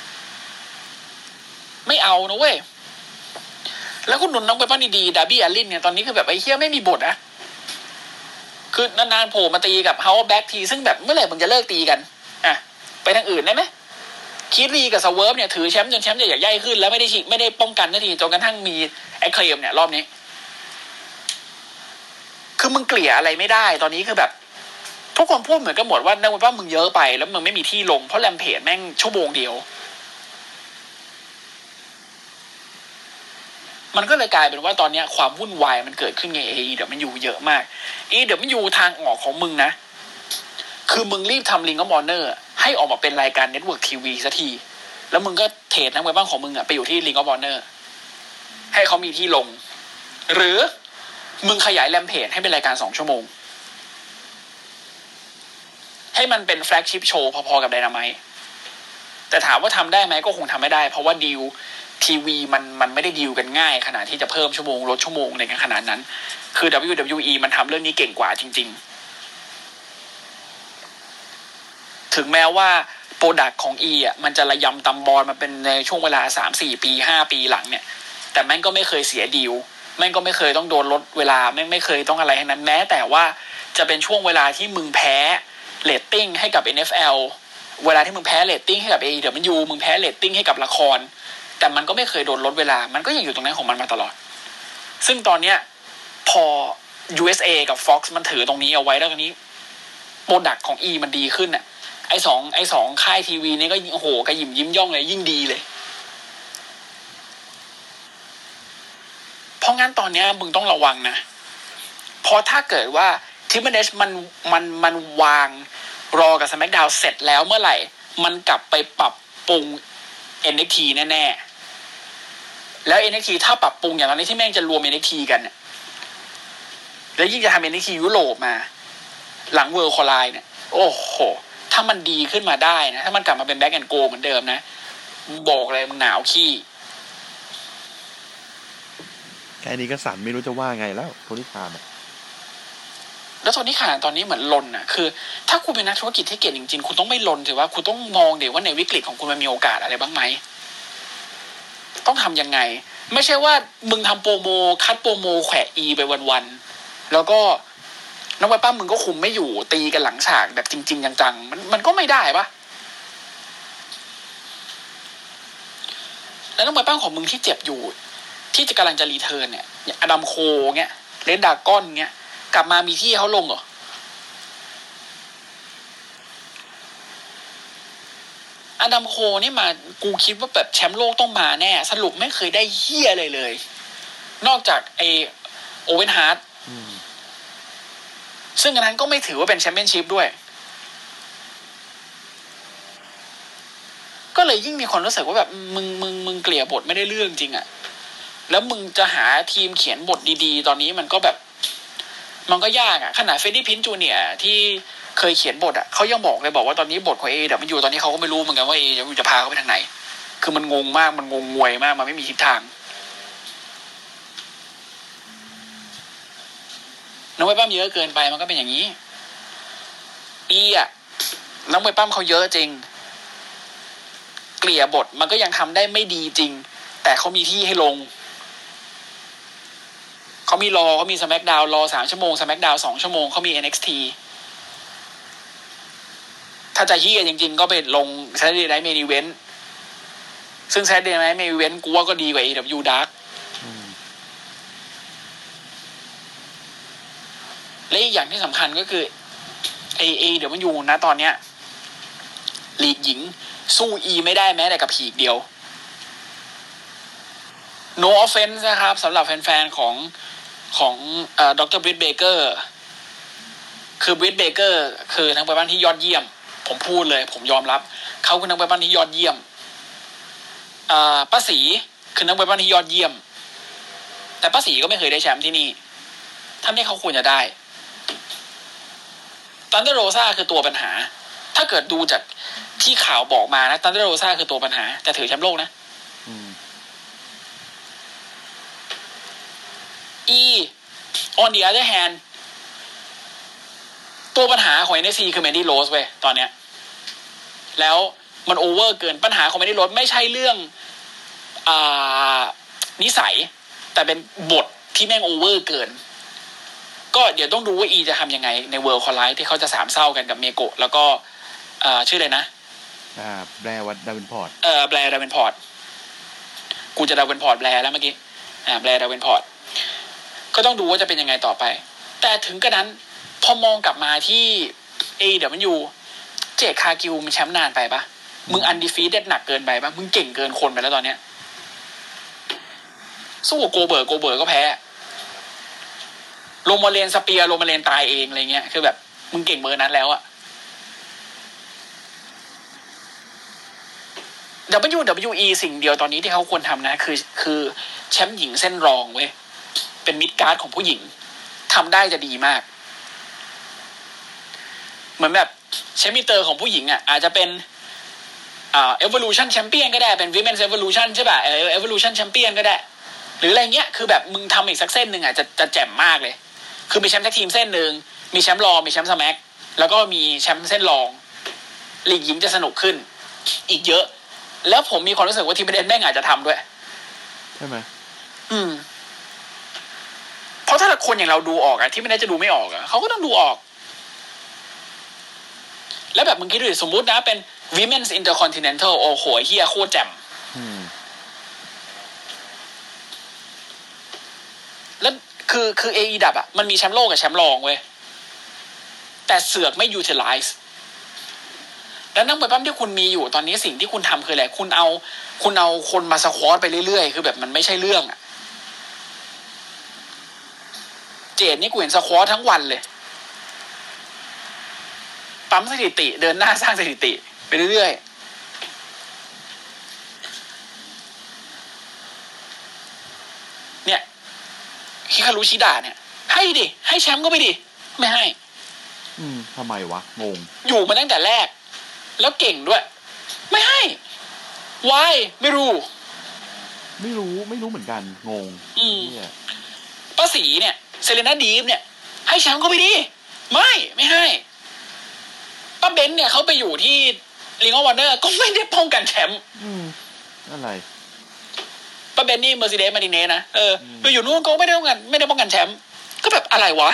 ไม่เอานะเว้ยแล้วคุณหนุนน้องไปป้าดีๆดาร์บี้อลลินเนี่ยตอนนี้คือแบบไอ้เหี้ยไม่มีบทอะคือนานๆโผล่มาตีกับเฮาส์แบ็กทีซึ่งแบบเมื่อไหร่มึงจะเลิกตีกันอะไปทางอื่นได้ไหมคีรีกับสเวิร์ฟเนี่ยถือแชมป์จนแชมป์ใหญ่ใหญ่ขึ้นแล้วไม่ได้ฉีกไม่ได้ป้องกันนาทีจนกระทั่งมีไอ้เคลมเนี่ยรอบนี้คือมึงเกลี่ยอะไรไม่ได้ตอนนี้คือแบบทุกคนพูดเหมือนกันหมดว่านักมวยป้ามึงเยอะไปแล้วมึงไม่มีที่ลงเพราะแรมเพจแม่งชั่วโมงเดียวมันก็เลยกลายเป็นว่าตอนนี้ความวุ่นวายมันเกิดขึ้นใน เอ อี เดี๋ยวมันอยู่เยอะมาก เอ เดี๋ยวมันอยู่ทางออกของมึงนะคือมึงรีบทำลิงก์กับมอร์เนอร์ให้ออกมาเป็นรายการเน็ตเวิร์กทีวีสักทีแล้วมึงก็เทรดนักมวยบ้างของมึงอะไปอยู่ที่ลิงก์ออฟวอร์เนอร์ให้เขามีที่ลงหรือมึงขยายแรมเพจให้เป็นรายการสองชั่วโมงให้มันเป็นแฟลกชิพโชว์พอๆกับไดนาไมต์แต่ถามว่าทำได้ไหมก็คงทำไม่ได้เพราะว่าดีลทีวีมันมันไม่ได้ดีลกันง่ายขนาดที่จะเพิ่มชั่วโมงลดชั่วโมงในกันขนาดนั้นคือ ดับเบิลยู ดับเบิลยู อี มันทำเรื่องนี้เก่งกว่าจริงๆถึงแม้ว่าโปรดักต์ของ E อ่ะมันจะระยำตำบอลมาเป็นในช่วงเวลา สามสี่ ปีห้าปีหลังเนี่ยแต่แม่งก็ไม่เคยเสียดีลแม่งก็ไม่เคยต้องโดนลดเวลาแม่งไม่เคยต้องอะไรทั้งนั้นแม้แต่ว่าจะเป็นช่วงเวลาที่มึงแพ้เรตติ้งให้กับ เอ็น เอฟ แอล เวลาที่มึงแพ้เรตติ้งให้กับ เอ อี ดับเบิลยู มึงแพ้เรตติ้งให้กับละครแต่มันก็ไม่เคยโดนลดเวลามันก็ยังอยู่ตรงนั้นของมันมาตลอดซึ่งตอนเนี้ยพอ ยู เอส เอ กับ Fox มันถือตรงนี้เอาไว้แล้วตรงนี้โปรดักต์ของ E มันดีขึ้นน่ะไอ้สองไอ้สองค่ายทีวีนี่ก็โอ้โหกระหยิมยิ้มย่องเลยยิ่งดีเลยเพราะงั้นตอนนี้มึงต้องระวังนะเพราะถ้าเกิดว่าทิมเบอร์เนชมันมันมันวางรอกับ SmackDown เสร็จแล้วเมื่อไหร่มันกลับไปปรับปรุง เอ็น เอ็กซ์ ที แน่ๆแล้ว เอ็น เอ็กซ์ ที ถ้าปรับปรุงอย่างตอนนี้ที่แม่งจะรวม เอ็น เอ็กซ์ ที กันเนี่ยแล้วยิ่งจะทำ เอ็น เอ็กซ์ ที ยุโรปมาหลัง World Collide เนี่ยโอ้โหถ้ามันดีขึ้นมาได้นะถ้ามันกลับมาเป็นแบ็คแอนด์โกเหมือนเดิมนะบอกเลยมึงหนาวขี้แค่นี้ก็สั่นไม่รู้จะว่าไงแล้วโทนี่คานแล้วโทนี่คานตอนนี้เหมือนลนน่ะคือถ้าคุณเป็นนักธุรกิจที่เก่งจริงๆคุณต้องไม่ลนถือว่าคุณต้องมองเดี๋ยวว่าในวิกฤตของคุณมันมีโอกาสอะไรบ้างไหมต้องทำยังไงไม่ใช่ว่ามึงทำโปรโมคัดโปรโมแขวะอีไปวันๆแล้วก็นักมวยปั้มมึงก็คุมไม่อยู่ตีกันหลังฉากแบบจริงๆจังๆมันมันก็ไม่ได้ปะแล้วนักมวยปั้มของมึงที่เจ็บอยู่ที่จะกำลังจะรีเทิร์นเนี่ยอดัมโคเงี้ยเลนดากอนเงี้ยกลับมามีที่เขาลงเหรออดัมโคนี่มากูคิดว่าแบบแชมป์โลกต้องมาแน่สรุปไม่เคยได้เหี้ยเลยเลยนอกจากไอโอเวนฮาร์ดซึ่งอันนั้นก็ไม่ถือว่าเป็นแชมเปี้ยนชิพด้วยก็เลยยิ่งมีความรู้สึกว่าแบบมึงมึงมึงเกลี่ยบทไม่ได้เรื่องจริงอะแล้วมึงจะหาทีมเขียนบทดีๆตอนนี้มันก็แบบมันก็ยากอะขนาดเฟรดดี้พินจูเนียร์ที่เคยเขียนบทอะเขายังบอกเลยบอกว่าตอนนี้บทของเอเดี๋ยวมันอยู่ตอนนี้เขาก็ไม่รู้เหมือนกันว่าเอจะพาเขาไปทางไหนคือมันงงมากมันงงงวยมากมันไม่มีทิศทางนักมวยปั้มเยอะเกินไปมันก็เป็นอย่างนี้อีอะนักมวยปั้มเขาเยอะจริงเกลี่ยบทมันก็ยังทำได้ไม่ดีจริงแต่เขามีที่ให้ลงเขามีรอเขามี SmackDown รอสามชั่วโมง SmackDown สองชั่วโมงเขามี เอ็น เอ็กซ์ ทีถ้าจะเฮียจริงๆก็ไปลง Saturday Night Main Event ซึ่ง Saturday Night Main Event กูว่าก็ดีกว่า เอ ดับเบิลยู Dark และอีกอย่างที่สำคัญก็คือไอเอเดี๋ยวมันอยู่นะตอนเนี้ยลีกหญิงสู้อีไม่ได้แม้แต่กับผีเดียว no offense นะครับสำหรับแฟนๆของของเอ่อดร. Britt Baker คือ Britt Baker คือนักมวยปั้มที่ยอดเยี่ยมผมพูดเลยผมยอมรับเขาคือนักมวยปั้มที่ยอดเยี่ยมอ่าป้าศรีคือนักมวยปั้มที่ยอดเยี่ยมแต่ป้าศรีก็ไม่เคยได้แชมป์ที่นี่ทำให้เขาควรจะได้ตันเดอร์โรซ่าคือตัวปัญหาถ้าเกิดดูจากที่ข่าวบอกมานะตันเดอร์โรซ่าคือตัวปัญหาแต่ถือแชมป์โลกนะอี on the other hand ตัวปัญหาของ เอ็น เอ็กซ์ ที คือ Mandy Rose เว้ยตอนเนี้ยแล้วมันโอเวอร์เกินปัญหาของ Mandy Rose ไม่ใช่เรื่องอ่านิสัยแต่เป็นบทที่แม่งโอเวอร์เกินก็เดี๋ยวต้องดูว่าอีจะทำยังไงใน World Collide ที่เขาจะสามเศร้ากันกับเมโกะแล้วก็อ่าชื่ออะไรนะอ่าแบร์วัดดาวินพอร์ตเออแบร์ดาวินพอร์ตกูจะดาวินพอร์ตแบร์แล้วเมื่อกี้อ่าแบร์ดาวินพอร์ตก็ต้องดูว่าจะเป็นยังไงต่อไปแต่ถึงกระนั้นพอมองกลับมาที่ เอ ดับเบิลยู เจคคากิวมันแชมป์นานไปปะมึงอันดีฟีเด็ดหนักเกินไปปะมึงเก่งเกินคนไปแล้วตอนเนี้ยสู้กับโกเบิร์กโกเบิร์กก็แพ้โรมาเลนสเปียร์โรมาเลนตายเองอะไรเงี้ยคือแบบมึงเก่งเบอร์นั้นแล้วอะ ดับเบิลยู ดับเบิลยู อี สิ่งเดียวตอนนี้ที่เขาควรทำนะคือคือแชมป์หญิงเส้นรองเว้ยเป็นมิดการ์ดของผู้หญิงทำได้จะดีมากเหมือนแบบแชมป์มิเตอร์ของผู้หญิงอ่ะอาจจะเป็นอ่า Evolution Champion ก็ได้เป็น Women's Evolution ใช่ป่ะเออ Evolution Champion ก็ได้หรืออะไรเงี้ยคือแบบมึงทำอีกสักเส้นหนึ่งอ่ะจะจะแจ่มมากเลยคือมีแชมป์แท็กทีมเส้นหนึ่งมีแชมป์รองมีแชมป์สแม็กแล้วก็มีแชมป์เส้นรองลีกหญิงจะสนุกขึ้นอีกเยอะแล้วผมมีความรู้สึกว่าทีมเดนแม่งอาจจะทำด้วยใช่ไหมอืมเพราะถ้าคนอย่างเราดูออกอะที่ไม่ได้จะดูไม่ออกอะเขาก็ต้องดูออกแล้วแบบมึงคิดดูสมมุตินะเป็น Women's Intercontinental โอ้โหเฮียโคตรแจ่มแล้วคือคือ เอ อี ดับอะมันมีแชมป์โลกกับแชมป์รองเว้ยแต่เสือกไม่ utilize แล้วนักมวยปั้มที่คุณมีอยู่ตอนนี้สิ่งที่คุณทำคืออะไรคุณเอาคุณเอาคนมาสควอตไปเรื่อยๆคือแบบมันไม่ใช่เรื่องอะเจดนี่กูเห็นสควอตทั้งวันเลยปั๊มสถิติเดินหน้าสร้างสถิติไปเรื่อยๆเนี่ยฮิคารุชิดะเนี่ยให้ดิให้แชมป์ก็ไปดิไม่ให้อืมทำไมวะงงอยู่มาตั้งแต่แรกแล้วเก่งด้วยไม่ให้ why ไม่รู้ไม่รู้ไม่รู้เหมือนกันงงอืมป้าศรีเนี่ยเซเลน่าดีฟเนี่ยให้แชมป์ก็ไปดิไม่ไม่ให้ป้าเบนเนี่ยเขาไปอยู่ที่ลิงออฟวอนเนอร์ก็ไม่ได้ป้องกันแชมป์อืมอะไรป้าเบนนี่เมอร์ซิเดสมาดิเนสนะเออไปอยู่นู่นก็ไม่ได้ป้องกันไม่ได้ป้องกันแชมป์ก็แบบอะไรวะ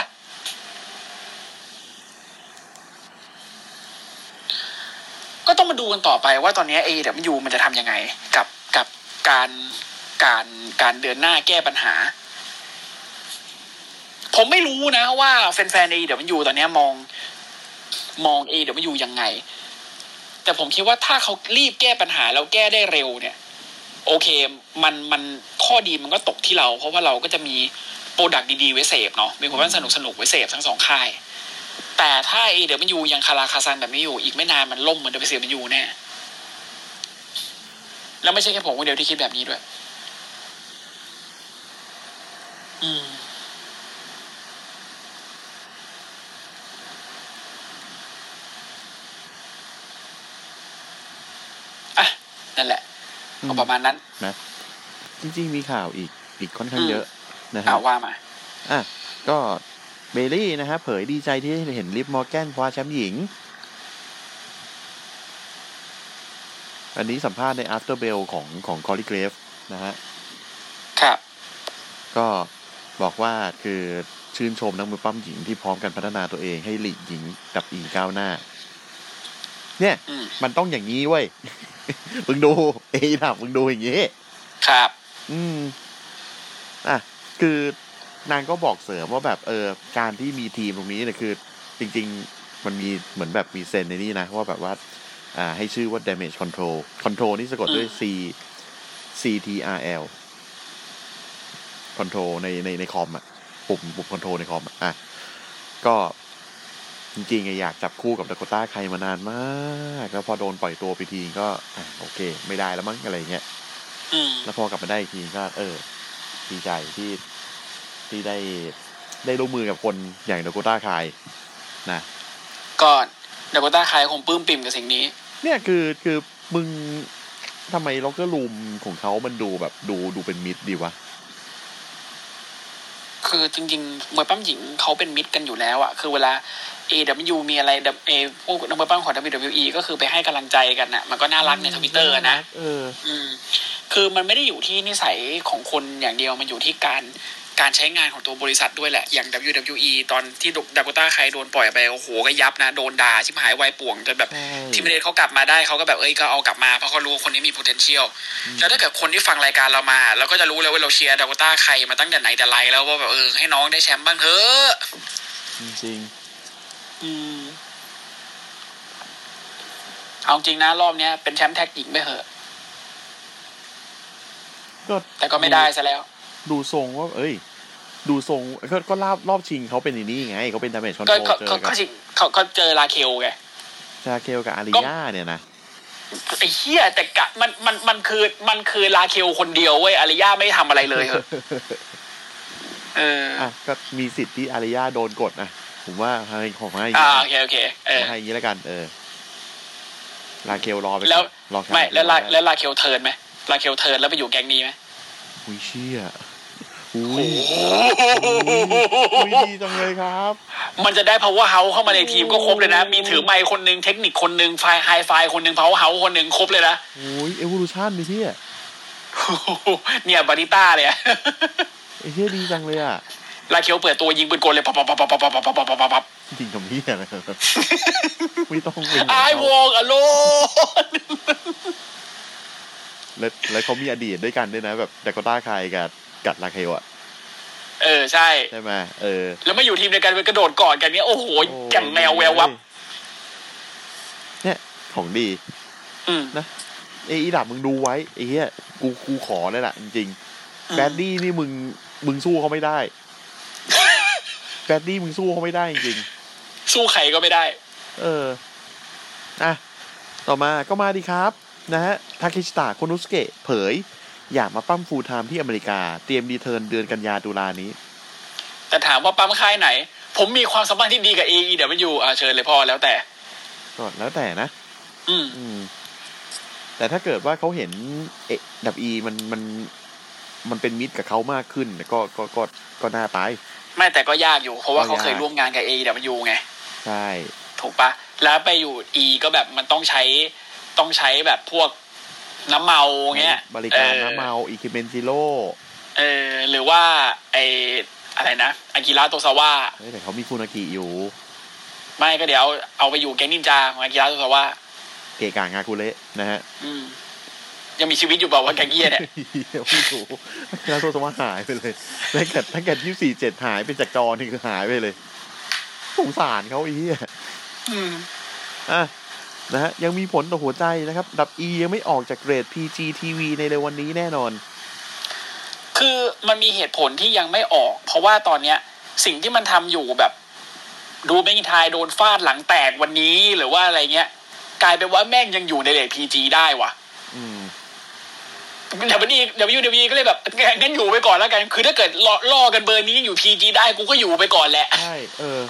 ก็ต้องมาดูกันต่อไปว่าตอนนี้ เอ ดับเบิลยู มันจะทำยังไงกับกับการการการเดินหน้าแก้ปัญหาผมไม่รู้นะว่าแฟนๆ เอ ดับเบิลยู ตอนนี้มองมอง เอ ดับเบิลยู ยังไงแต่ผมคิดว่าถ้าเขารีบแก้ปัญหาแล้วแก้ได้เร็วเนี่ยโอเคมันมันข้อดีมันก็ตกที่เราเพราะว่าเราก็จะมีโปรดักต์ดีๆไว้เสพเนาะมีความสนุกสนุกไว้เสพทั้งสองค่ายแต่ถ้า เอ ดับเบิลยู ยังคาราคาซังแบบนี้อยู่อีกไม่นานมันล่มเหมือน ดับเบิลยู แน่แล้วไม่ใช่แค่ผมคนเดียวที่คิดแบบนี้ด้วยอืมอ่ะนั่นแหละก็ประมาณนั้นนะจริงๆมีข่าวอีกอีกค่อนข้างเยอะนะครับเอาว่ามาอ่ะก็เบลลี่นะฮะเผยดีใจที่เห็นลิฟมอร์แกนคว้าแชมป์หญิงอันนี้สัมภาษณ์ใน After Bell ของของคอรีเกรฟนะฮะครับก็บอกว่าคือชื่นชมนักมวยปั้มหญิงที่พร้อมกันพัฒนาตัวเองให้ลีกหญิงกับอีก้าวหน้าเนี่ยมันต้องอย่างนี้เว้ยมึงดูเอ้ยนะมึงดูอย่างนี้ครับอืมอ่ะคือนางก็บอกเสริมว่าแบบเออการที่มีทีมตรงนี้เนี่ยคือจริงๆมันมีเหมือนแบบมีเซนในนี้นะว่าแบบว่าอ่าให้ชื่อว่า damage control control นี่สะกดด้วย C C T R L control ในในในคอมอ่ะปุ่มปุ่ม control ในคอมอ่ะก็จริงๆอยากจับคู่กับดาโกต้าใครมานานมากแล้วพอโดนปล่อยตัวไปทีก็อ่ะโอเคไม่ได้แล้วมั้งอะไรเงี้ยแล้วพอกลับมาได้อีกทีก็เออดีใจที่ที่ได้ได้ร่วมมือกับคนอย่างดาโกต้าใครนะก็ดาโกต้าใครคงปลื้มปิ่มกับสิ่งนี้เนี่ยคือคือมึงทำไมล็อกเกอร์รูมของเขามันดูแบบดูดูเป็นมิตรดีวะคือจริงๆมวยปั้มหญิงเขาเป็นมิตรกันอยู่แล้วอะคือเวลา เอ ดับเบิลยู มีอะไรเอพวกนักมวยปั้มของ ดับเบิลยู ดับเบิลยู อี ก็คือไปให้กำลังใจกันน่ะมันก็น่ารักใน Twitter นะเอออืมคือมันไม่ได้อยู่ที่นิสัยของคนอย่างเดียวมันอยู่ที่การการใช้งานของตัวบริษัทด้วยแหละอย่าง ดับเบิลยู ดับเบิลยู อี ตอนที่ดาโกต้าใครโดนปล่อยไปโอ้โหก็ยับนะโดนด่าชิบหายวายป่วงจนแบบทีมเดทเขากลับมาได้เขาก็แบบเอ้ยก็เอากลับมาเพราะเขารู้ว่าคนนี้มี potential แล้วถ้าเกิดคนที่ฟังรายการเรามาเราก็จะรู้เลยว่าเราเชียร์ดาโกต้าใครมาตั้งแต่ไหนแต่ไรแล้วว่าแบบเออให้น้องได้แชมป์บ้างเถอะจริงอืมเอาจริงนะรอบนี้เป็นแชมป์แท็กหญิงไปเหอะก็แต่ก็ไม่ได้ซะแล้วดูทรงว่าเอ้ยดูทรงก็ก็รอบรอบชิงเขาเป็นนี่ไงเขาเป็นดาเมจคอนโทรลเจอเขาเขาเขาเขาเจอลาเคลไงลาเคลกับอาริยาเนี่ยนะไอ้เหี้ยแต่กะมันมันมันคือมันคือลาเคลคนเดียวเว้ยอาริยาไม่ทำอะไรเลยเหรอเอออ่ะก็มีสิทธิ์ที่อาริยาโดนกดนะผมว่าให้ของให้อ่าโอเคโอเคเออให้อย่างนี้แล้วกันเออลาเคลรอไปแล้วไม่แล้วแล้วลาเคลเทิร์นไหมลาเคลเทิร์นแล้วไปอยู่แก๊งนี้ไหมอุ้ยเชี่ยอุ้ยอุ้ยดีจังเลยครับมันจะได้ power house เข้ามาในทีมก็ครบเลยนะมีถือไมค์คนนึงเทคนิคคนนึงไฟไฮไฟคนนึง power house คนนึงครบเลยนะโอ้ย evolution ดิพี่เนี่ยบาริต้าเลยอะไอ้เหี้ยดีจังเลยอะลาเคียวเปิดตัวยิงปืนกลเลยปั๊บปั๊บปั๊บปั๊บปั๊บปั๊บปั๊บปั๊บปั๊บจริงกับพี่อะไรไม่ต้องเป็น I walk alone แล้วแล้วเขามีอดีตด้วยกันด้วยนะแบบดาโกต้าไคกับกับลาเคลอะเออใช่ใช่ไหมเออแล้วมาอยู่ทีมเดียวกันเป็นกระโดดกอดกันเนี้ยโอ้โหแก่งแมวแวววับเนี่ยของดีนะไอ้อีดับมึงดูไว้ไอ้เหี้ยกูกูขอเลยแหละจริงๆแบดดี้นี่มึงมึงสู้เขาไม่ได้แบดดี้มึงสู้เขาไม่ได้จริงๆสู้ใครก็ไม่ได้เอออ่ะต่อมาก็มาดีครับนะฮะทาเคชิตะโคโนสุเกะเผยอยากมาปั้มฟูลไทม์ที่อเมริกาเตรียมดีเทิร์นเดือนกันยาตุลานี้แต่ถามว่าปั๊มค่ายไหนผมมีความสัมพันธ์ที่ดีกับ เอ อี ดับเบิลยู อ่ะเชิญเลยพ่อแล้วแต่ก็แล้วแต่นะอืมอืมแต่ถ้าเกิดว่าเขาเห็นเอดับอีมันมันมันเป็นมิตรกับเขามากขึ้นก็ก็ก็ก็น่าไปไม่แต่ก็ยากอยู่เพราะว่าเขาเคยร่วมงานกับ เอ อี ดับเบิลยู ไงใช่ถูกปะแล้วไปอยู่ E ก็แบบมันต้องใช้ต้องใช้แบบพวกน้ำเมาเงี้ยบริการน้ำเมาอิคิเมนซิโร่เออหรือว่าไออะไรนะอากิระโตซาวะเฮ้ยแต่เขามีฟุนากิอยู่ไม่ก็เดี๋ยวเอาไปอยู่แก๊งนินจาของอากิระโตซาวะเกะกางาคุเระนะฮะอืมยังมีชีวิตอยู่เปล่าวะแก๊งเหี้ยเนี่ยไม่รู้อากิระโตซาวะหายไปเลยถ้าเกิดถ้าเกิดยี่สิบสี่ เจ็ดหายไปจากจอนี่คือหายไปเลยสงสารเขาไอ้เหี้ยอืมอ่ะนะฮะยังมีผลต่อหัวใจนะครับดับ E ยังไม่ออกจากเกรด พี จี ที วี ในเร็ววันนี้แน่นอนคือมันมีเหตุผลที่ยังไม่ออกเพราะว่าตอนเนี้ยสิ่งที่มันทำอยู่แบบดูไม่ทายโดนฟาดหลังแตกวันนี้หรือว่าอะไรเงี้ยกลายเป็นว่าแม่งยังอยู่ในเรท พี จี ได้ว่ะอืมเดี๋ยววันนี้เดี๋ยวยูเดี๋ยวก็เลยแบบงั้นอยู่ไปก่อนแล้วกันคือถ้าเกิดล่อล่อกันเบอร์นี้อยู่ พี จี ได้กูก็อยู่ไปก่อนแหละใช่เออ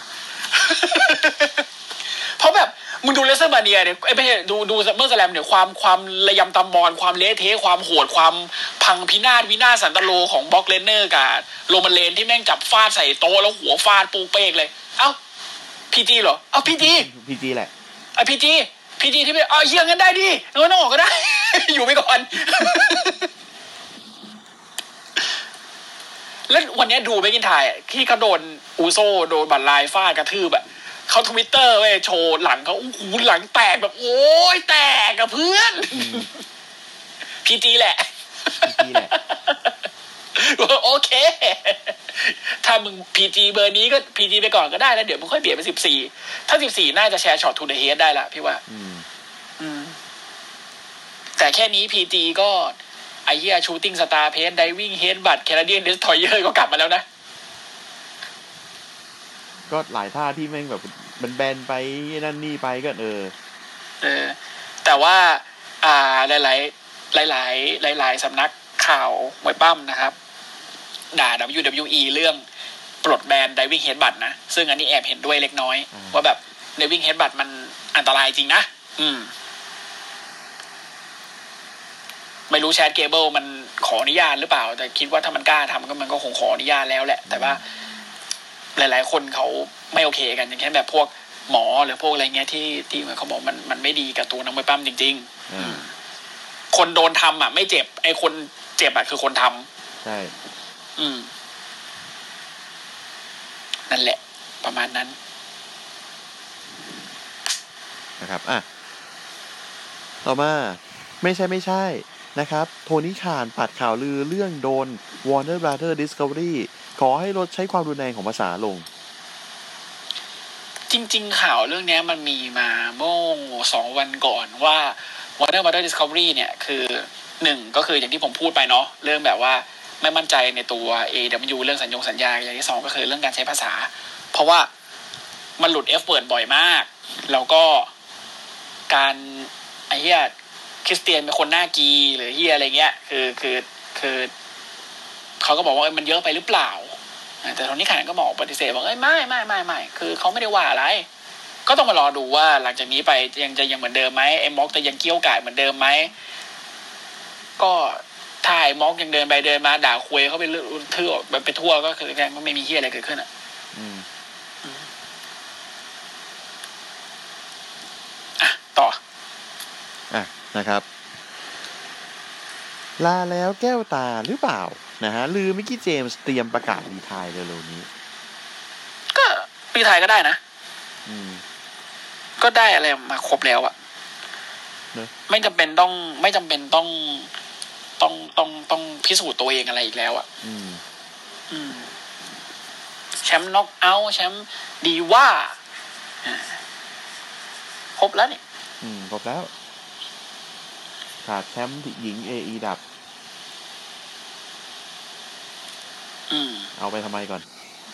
เพราะแบบมึงดูเลสเตอร์มาเนียเนี่ยไอ้ไม่ใช่ดูดูเมอร์สแลมเนี่ยความความระยำตำบอลความเละเทะความโหดความพังพินาศวินาศสันตโลของบ็อกเลนเนอร์กับโรมันเลนที่แม่งจับฟาดใส่โต๊ะแล้วหัวฟาดปูเป๊กเลยเอ้าพีจีเหรอเอ้าพีจีพีจีแหละไอ้พีจีพีจีที่ไปเอาเฮียงั้นได้ดิเออน้องออกก็ได้ อยู่ไปก่อนแล้ววันนี้ดูเมกินไทยที่เขาโดนอูโซโดนบัตรลายฟาดกระทืบแบบเขาทวิตเตอร์เว้ยโชว์หลังเขาโอ้โหหลังแตกแบบโอ้ยแตกกับเพื่อนพีจีแหละพีจีแหละโอเคถ้ามึง พี จี เบอร์นี้ก็ พี จี ไปก่อนก็ได้แล้วเดี๋ยวมึงค่อยเปลี่ยนเป็นสิบสี่ถ้าสิบสี่น่าจะแชร์ช็อตทูเดอะเฮดได้ละพี่ว่าอืมอืมแต่แค่นี้ พี จี ก็ไอ้เหี้ยชูตติ้งสตาร์เพจไดวิ่งเฮดบัตแคนาเดียนเดสทรอยเออร์ก็กลับมาแล้วนะก็หลายท่าที่แม่งแบบมันแบนไปนั่นนี่ไปก็เออเออแต่ว่าอ่าหลายๆหลายๆหลายๆสำนักข่าวมวยปั้มนะครับด่า ดับเบิลยู ดับเบิลยู อี เรื่องปลดแบน Diving Headbutt นะซึ่งอันนี้แอบเห็นด้วยเล็กน้อยว่าแบบ Diving Headbutt มันอันตรายจริงนะอืมไม่รู้แชทเกเบิลมันขออนุญาตหรือเปล่าแต่คิดว่าถ้ามันกล้าทำก็มันก็คงขออนุญาตแล้วแหละแต่ว่าหลายๆคนเขาไม่โอเคกันอย่างเช่นแบบพวกหมอหรือพวกอะไรเงี้ยที่ที่เขาบอกมันมันไม่ดีกับตัวนักมวยปั้มจริงๆคนโดนทำอ่ะไม่เจ็บไอ้คนเจ็บอ่ะคือคนทำใช่อืมนั่นแหละประมาณนั้นนะครับอ่ะต่อมาไม่ใช่ไม่ใช่นะครับโทนี่ข่านปัดข่าวลือเรื่องโดน Warner Brothers Discovery ขอให้ลดใช้ความรุนแรงของภาษาลงจริงๆข่าวเรื่องนี้มันมีมาเมื่อสองวันก่อนว่า Warner Brothers Discovery เนี่ยคือหนึ่งก็คืออย่างที่ผมพูดไปเนาะเรื่องแบบว่าไม่มั่นใจในตัว เอ ดับเบิลยู เรื่องสัญญงสัญญาอย่างที่สองก็คือเรื่องการใช้ภาษาเพราะว่ามันหลุด F word บ่อยมากแล้วก็การไอ้เหี้ยคริสเตียนเป็นคนหน้ากีหรือเหี้ยอะไรเงี้ยคือคือคือเขาก็บอกว่ามันเยอะไปหรือเปล่าแต่ตอนนี้ข่านก็บอกปฏิเสธบอกเอ้ยไม่ไม่ไม่ไม่คือเขาไม่ได้ว่าอะไรก็ต้องมารอดูว่าหลังจากนี้ไปยังจะยังเหมือนเดิมไหมไอ้ม็อกจะยังเกี้ยวกาดเหมือนเดิมไหมก็ถ่ายม็อกยังเดินไปเดินมาด่าคุยเขาไปเรื่องเทื่อแบบไปทั่วก็คือแกก็ไม่มีเหี้ยอะไรเกิดขึ้นอ่ะอ่ะต่ออ่ะนะครับลาแล้วแก้วตาหรือเปล่านะฮะลือมิกกี้เจมส์เตรียมประกาศรีไทร์เร็วๆนี้ก็รีไทร์ก็ได้นะอืมก็ได้อะไรมาครบแล้วอะไม่จำเป็นต้องไม่จำเป็นต้องต้องต้องต้องพิสูจน์ตัวเองอะไรอีกแล้วอะอืมอืมแชมป์น็อกเอาท์แชมป์ดีว่าครบแล้วนี่อืมครบแล้วขาดแชมป์หญิง เอ อี ดับอืมเอาไปทำไมก่อน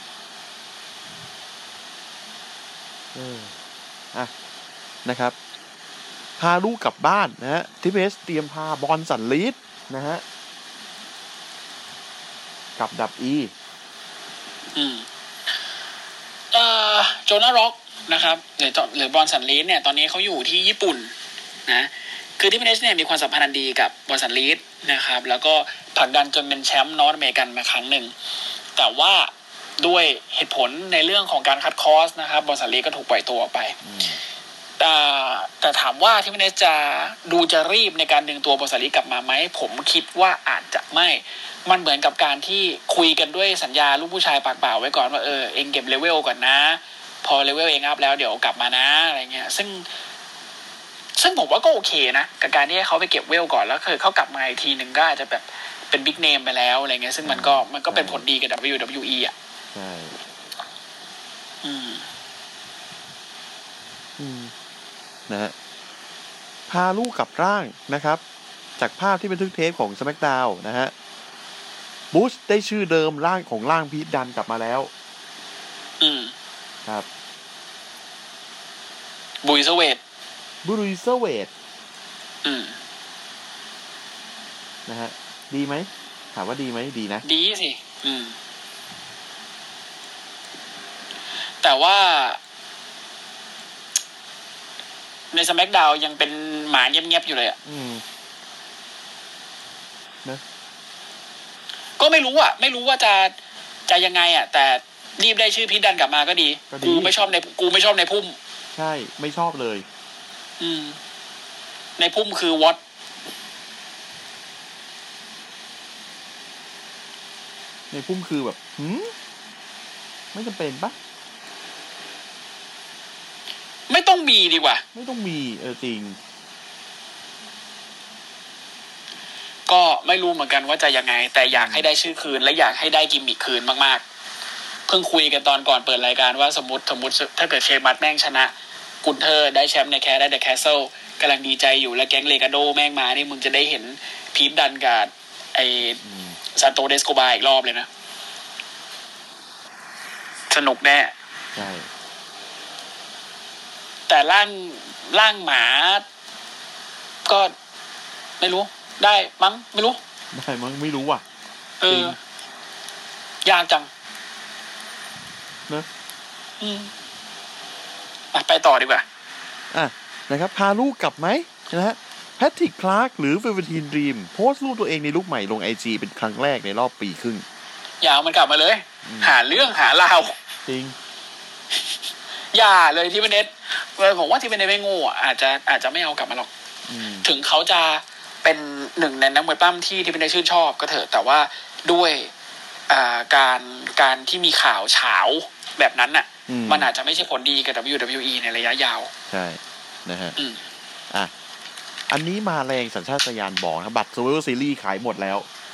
เอออ่ะนะครับพาลูกกลับบ้านนะฮะที พี เอส เตรียมพาบอลสันลีดนะฮะกับดับอีอืมเอ่อโจนาร็อกนะครับหรือหรือบอลสันลีดเนี่ยตอนนี้เขาอยู่ที่ญี่ปุ่นนะคือที่พี เอส เนี่ยมีความสัมพันธ์ดีกับบอลสันลีดนะครับแล้วก็ผลักดันจนเป็นแชมป์นอร์ทอเมริกันมาครั้งหนึ่งแต่ว่าด้วยเหตุผลในเรื่องของการคัดคอสนะครับบอลสันลีดก็ถูกปล่อยตัวออกไปแต่แต่ถามว่าที่พี เอส จะดูจะรีบในการดึงตัวบอลสันลีดกลับมาไหมผมคิดว่าอาจจะไม่มันเหมือนกับการที่คุยกันด้วยสัญญาลูกผู้ชายปากเปล่าไว้ก่อนว่าเออเองเก็บเลเวลก่อนนะพอเลเวลเองอัพแล้วเดี๋ยวกลับมานะอะไรเงี้ยซึ่งซึ่งผมว่าก็โอเคนะกับการที่ให้เขาไปเก็บเวลก่อนแล้วคือเขากลับมาอีกทีนึงก็อาจจะแบบเป็นบิ๊กเนมไปแล้วอะไรเงี้ยซึ่งมันก็มันก็เป็นผลดีกับ ดับเบิลยู ดับเบิลยู อี อ่ะใช่อืมอืมนะฮะพาลูกกลับร่างนะครับจากภาพที่บันทึกเทปของ SmackDown นะฮะบูสได้ชื่อเดิมร่างของร่างพีทดันกลับมาแล้วอืมครับบุยเซเวตบุยเซเวตอืมนะฮะดีไหมถามว่าดีไหมดีนะดีสิอืมแต่ว่าใน SmackDown ยังเป็นหมาเงียบๆอยู่เลยอ่ะอืมนะก็ไม่รู้อ่ะไม่รู้ว่าจะจะยังไงอ่ะแต่รีบได้ชื่อพีทดันกลับมาก็ดีกูไม่ชอบในกูไม่ชอบในพุ่มใช่ไม่ชอบเลยอืมในพุ่มคือวอตในพุ่มคือแบบหืมไม่จำเป็นปะต้องมีดีกว่าไม่ต้องมีเออจริงก็ไม่รู้เหมือนกันว่าจะยังไงแต่อยากให้ได้ชื่อคืนและอยากให้ได้กิมมิคคืนมากๆเพิ่งคุยกันตอนก่อนเปิดรายการว่าสมมติสมมติถ้าเกิดเชมัดแม่งชนะกุนเทอร์ได้แชมป์ในแคสได้เดอะแคสเซิลกำลังดีใจอยู่แล้วแก๊งเลกาโดแม่งมานี่มึงจะได้เห็นพีทดันกับไอซานโตเดสโกบาอีกรอบเลยนะสนุกแน่ใช่แต่ร่างร่างหมาก็ไม่รู้ได้มั้งไม่รู้ได้มั้งไม่รู้ว่ะเออยากจังเนอะอืมไปต่อดีกว่าอ่ะนะครับพาลูกกลับไหมนะฮะแพทริกคลาร์กหรือเวลเวอร์ทีนดรีมโพสต์รูปตัวเองในลุคใหม่ลง ไอ จี เป็นครั้งแรกในรอบปีครึ่งอย่ามันกลับมาเลยหาเรื่องหาราวจริงอย่าเลยที่เป็นเน็ตเลยผมว่าที่เป็นเน็ตไม่โง่อาจจะอาจจะไม่เอากลับมาหรอกถึงเขาจะเป็นหนึ่งในนักมวยปั้มที่ที่เป็นได้ชื่นชอบก็เถอะแต่ว่าด้วยการการที่มีข่าวเฉาแบบนั้นน่ะมันอาจจะไม่ใช่ผลดีกับ ดับเบิลยู ดับเบิลยู อี ในระยะยาวใช่นะฮะอ่ะอันนี้มาแรงสัญชาตญาณบอกนะบัตร Survivor Series ขายหมดแล้ว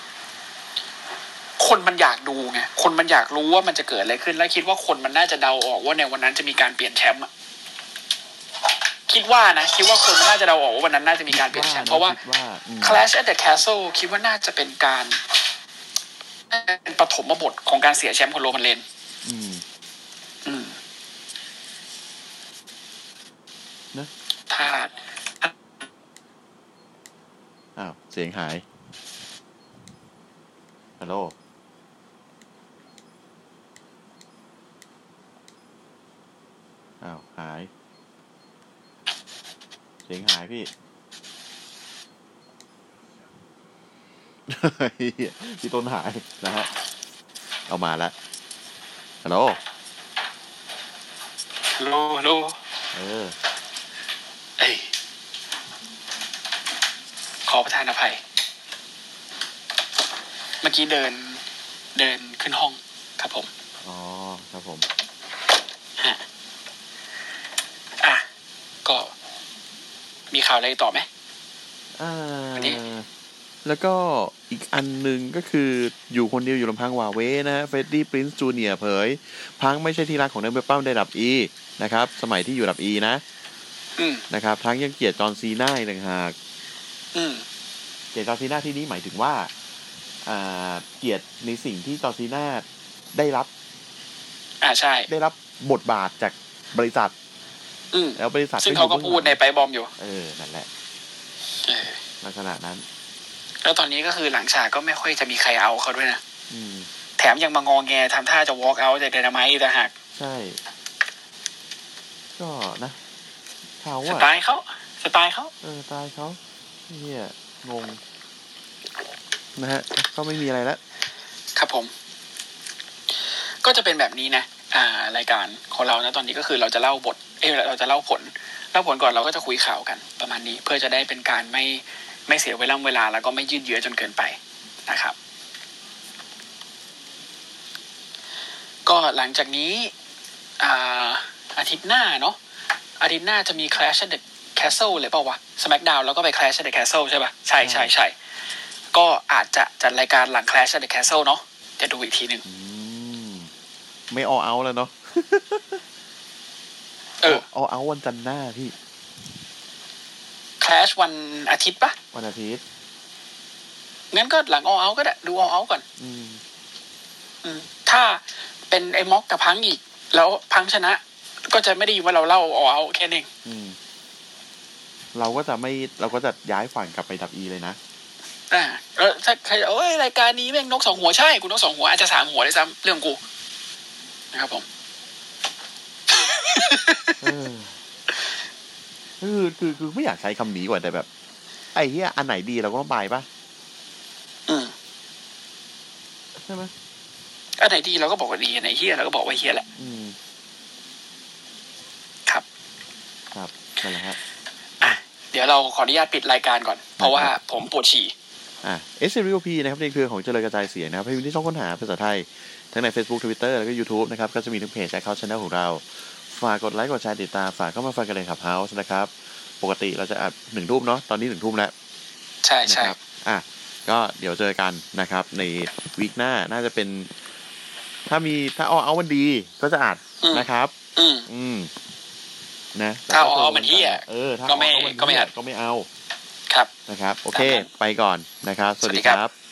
คนมันอยากดูไงคนมันอยากรู้ว่ามันจะเกิดอะไรขึ้นและคิดว่าคนมันน่าจะเดาออกว่าในวันนั้นจะมีการเปลี่ยนแชมป์คิดว่านะคิดว่าคนมันน่าจะเดาออกว่าวันนั้นน่าจะมีการเปลี่ยนแชมป์เพราะว่า Clash at the Castle คิดว่าน่าจะเป็นการเป็นปฐมบทของการเสียแชมป์ของโรมันเรนส์อืมอืมนะถ้าอ้าวเสียงหายฮัลโหลอ้าวหายเสียงหายพี่พี่ต้นหายนะฮะเอามาแล้วฮัลโหลฮัลโหลฮัลโหลเออเอ้ยขอประทานอภัยเมื่อกี้เดินเดินขึ้นห้องครับผมอ๋อครับผมฮะอ่ะก็มีข่าวอะไรต่อไหมอ่าแล้วก็อีกอันหนึ่งก็คืออยู่คนเดียวอยู่ลำพังหว่าเว้นะเฟรดดี้ปรินซ์จูเนียร์เผยพังไม่ใช่ที่รักของนักมวยปั้มระดับ E นะครับสมัยที่อยู่ระดับ E นะนะครับทั้งยังเกลียดจอห์นซีน่าต่างหากเกลียดจอห์นซีน่าที่นี้หมายถึงว่าอ่าเกลียดในสิ่งที่จอห์นซีน่าได้รับอ่าใช่ได้รับบทบาทจากบริษัทแล้วบริษัทซึ่งเขาก็พูดในไปบอมอยู่เออนั่นแหละลักษณะนั้นแล้วตอนนี้ก็คือหลังฉากก็ไม่ค่อยจะมีใครเอาเขาด้วยนะแถมยังมางอแงทำท่าจะ walk out จากไดนาไมต์อีกต่างหากใช่ก็นะเขาอะสไตล์เขาสไตล์เขาเออสไตล์เขาเนี่ยงงนะฮะก็ไม่มีอะไรแล้วครับผมก็จะเป็นแบบนี้นะอ่ารายการของเรานะตอนนี้ก็คือเราจะเล่าบทเออเราจะเล่าผลเล่าผลก่อนเราก็จะคุยข่าวกันประมาณนี้เพื่อจะได้เป็นการไม่ไม่เสียเวลาเวลาแล้วก็ไม่ยืดเยื้อจนเกินไปนะครับก็หลังจากนี้อ่าอาทิตย์หน้าเนาะอาทิตย์หน้าจะมี Clash at the Castle เลยเปล่าวะ SmackDown แล้วก็ไป Clash at the Castle ใช่ป่ะใช่ใช่ใช่ก็อาจจะจัดรายการหลัง Clash at the Castle เนาะจะดูอีกทีนึงไม่ออเอาแล้วเนาะเออออเอาวันจันทร์หน้าพี่ Clash วันอาทิตย์ปะวันอาทิตย์งั้นก็หลัง All Out ก็ได้ดู All Out ก่อนอืมอืมถ้าเป็นไอ้ม็อกกับพังอีกแล้วพังชนะก็จะไม่ได้ยินว่าเราเล่า All Out แค่นี้อืมเราก็จะไม่เราก็จะย้ายฝั่งกลับไปดับ E เลยนะอ่าแล้วถ้าใครโอ้ยรายการนี้แม่งนกสองหัวใช่กูนกสองหัวอาจจะสามหัวด้วยซ้ำเรื่องกูนะครับผมคือคือคือไม่อยากใช้คำนี้กว่าแต่แบบไอ้เหี้ยอันไหนดีเราก็ต้องไปป่ะอืมใช่ไหมอันไหนดีเราก็บอกว่าดีอันไหนเหี้ยเราก็บอกว่าเหี้ยแหละอืมครับครับนั่นแหละฮะอ่ะเดี๋ยวเราขออนุญาตปิดรายการก่อนเพราะว่าผมปวดฉี่อ่ะ เอส ซี วี โอ พี นะครับในเครือของเจริญกระจายเสียงนะครับให้วิธีช่องค้นหาภาษาไทยทั้งใน Facebook Twitter แล้วก็ YouTube นะครับก็จะมีทุกเพจและเขา Channel ของเราฝากกดไลค์กดแชร์ติดตามฝากเข้ามาฟังกันในขับเฮาส์นะครับปกติเราจะอัดหนึ่งทุ่มเนาะตอนนี้หนึ่งทุ่มแล้วใช่ใช่อ่ะก็เดี๋ยวเจอกันนะครับในวีคหน้าน่าจะเป็นถ้ามีถ้าเอาเอามันดีก็จะอัดนะครับอืมอืมนะถ้าเอาเอามันเหี้ยเออถ้าก็ไม่ก็ไม่อัดก็ไม่เอาครับนะครับโอเคไปก่อนนะครับสวัสดีครับ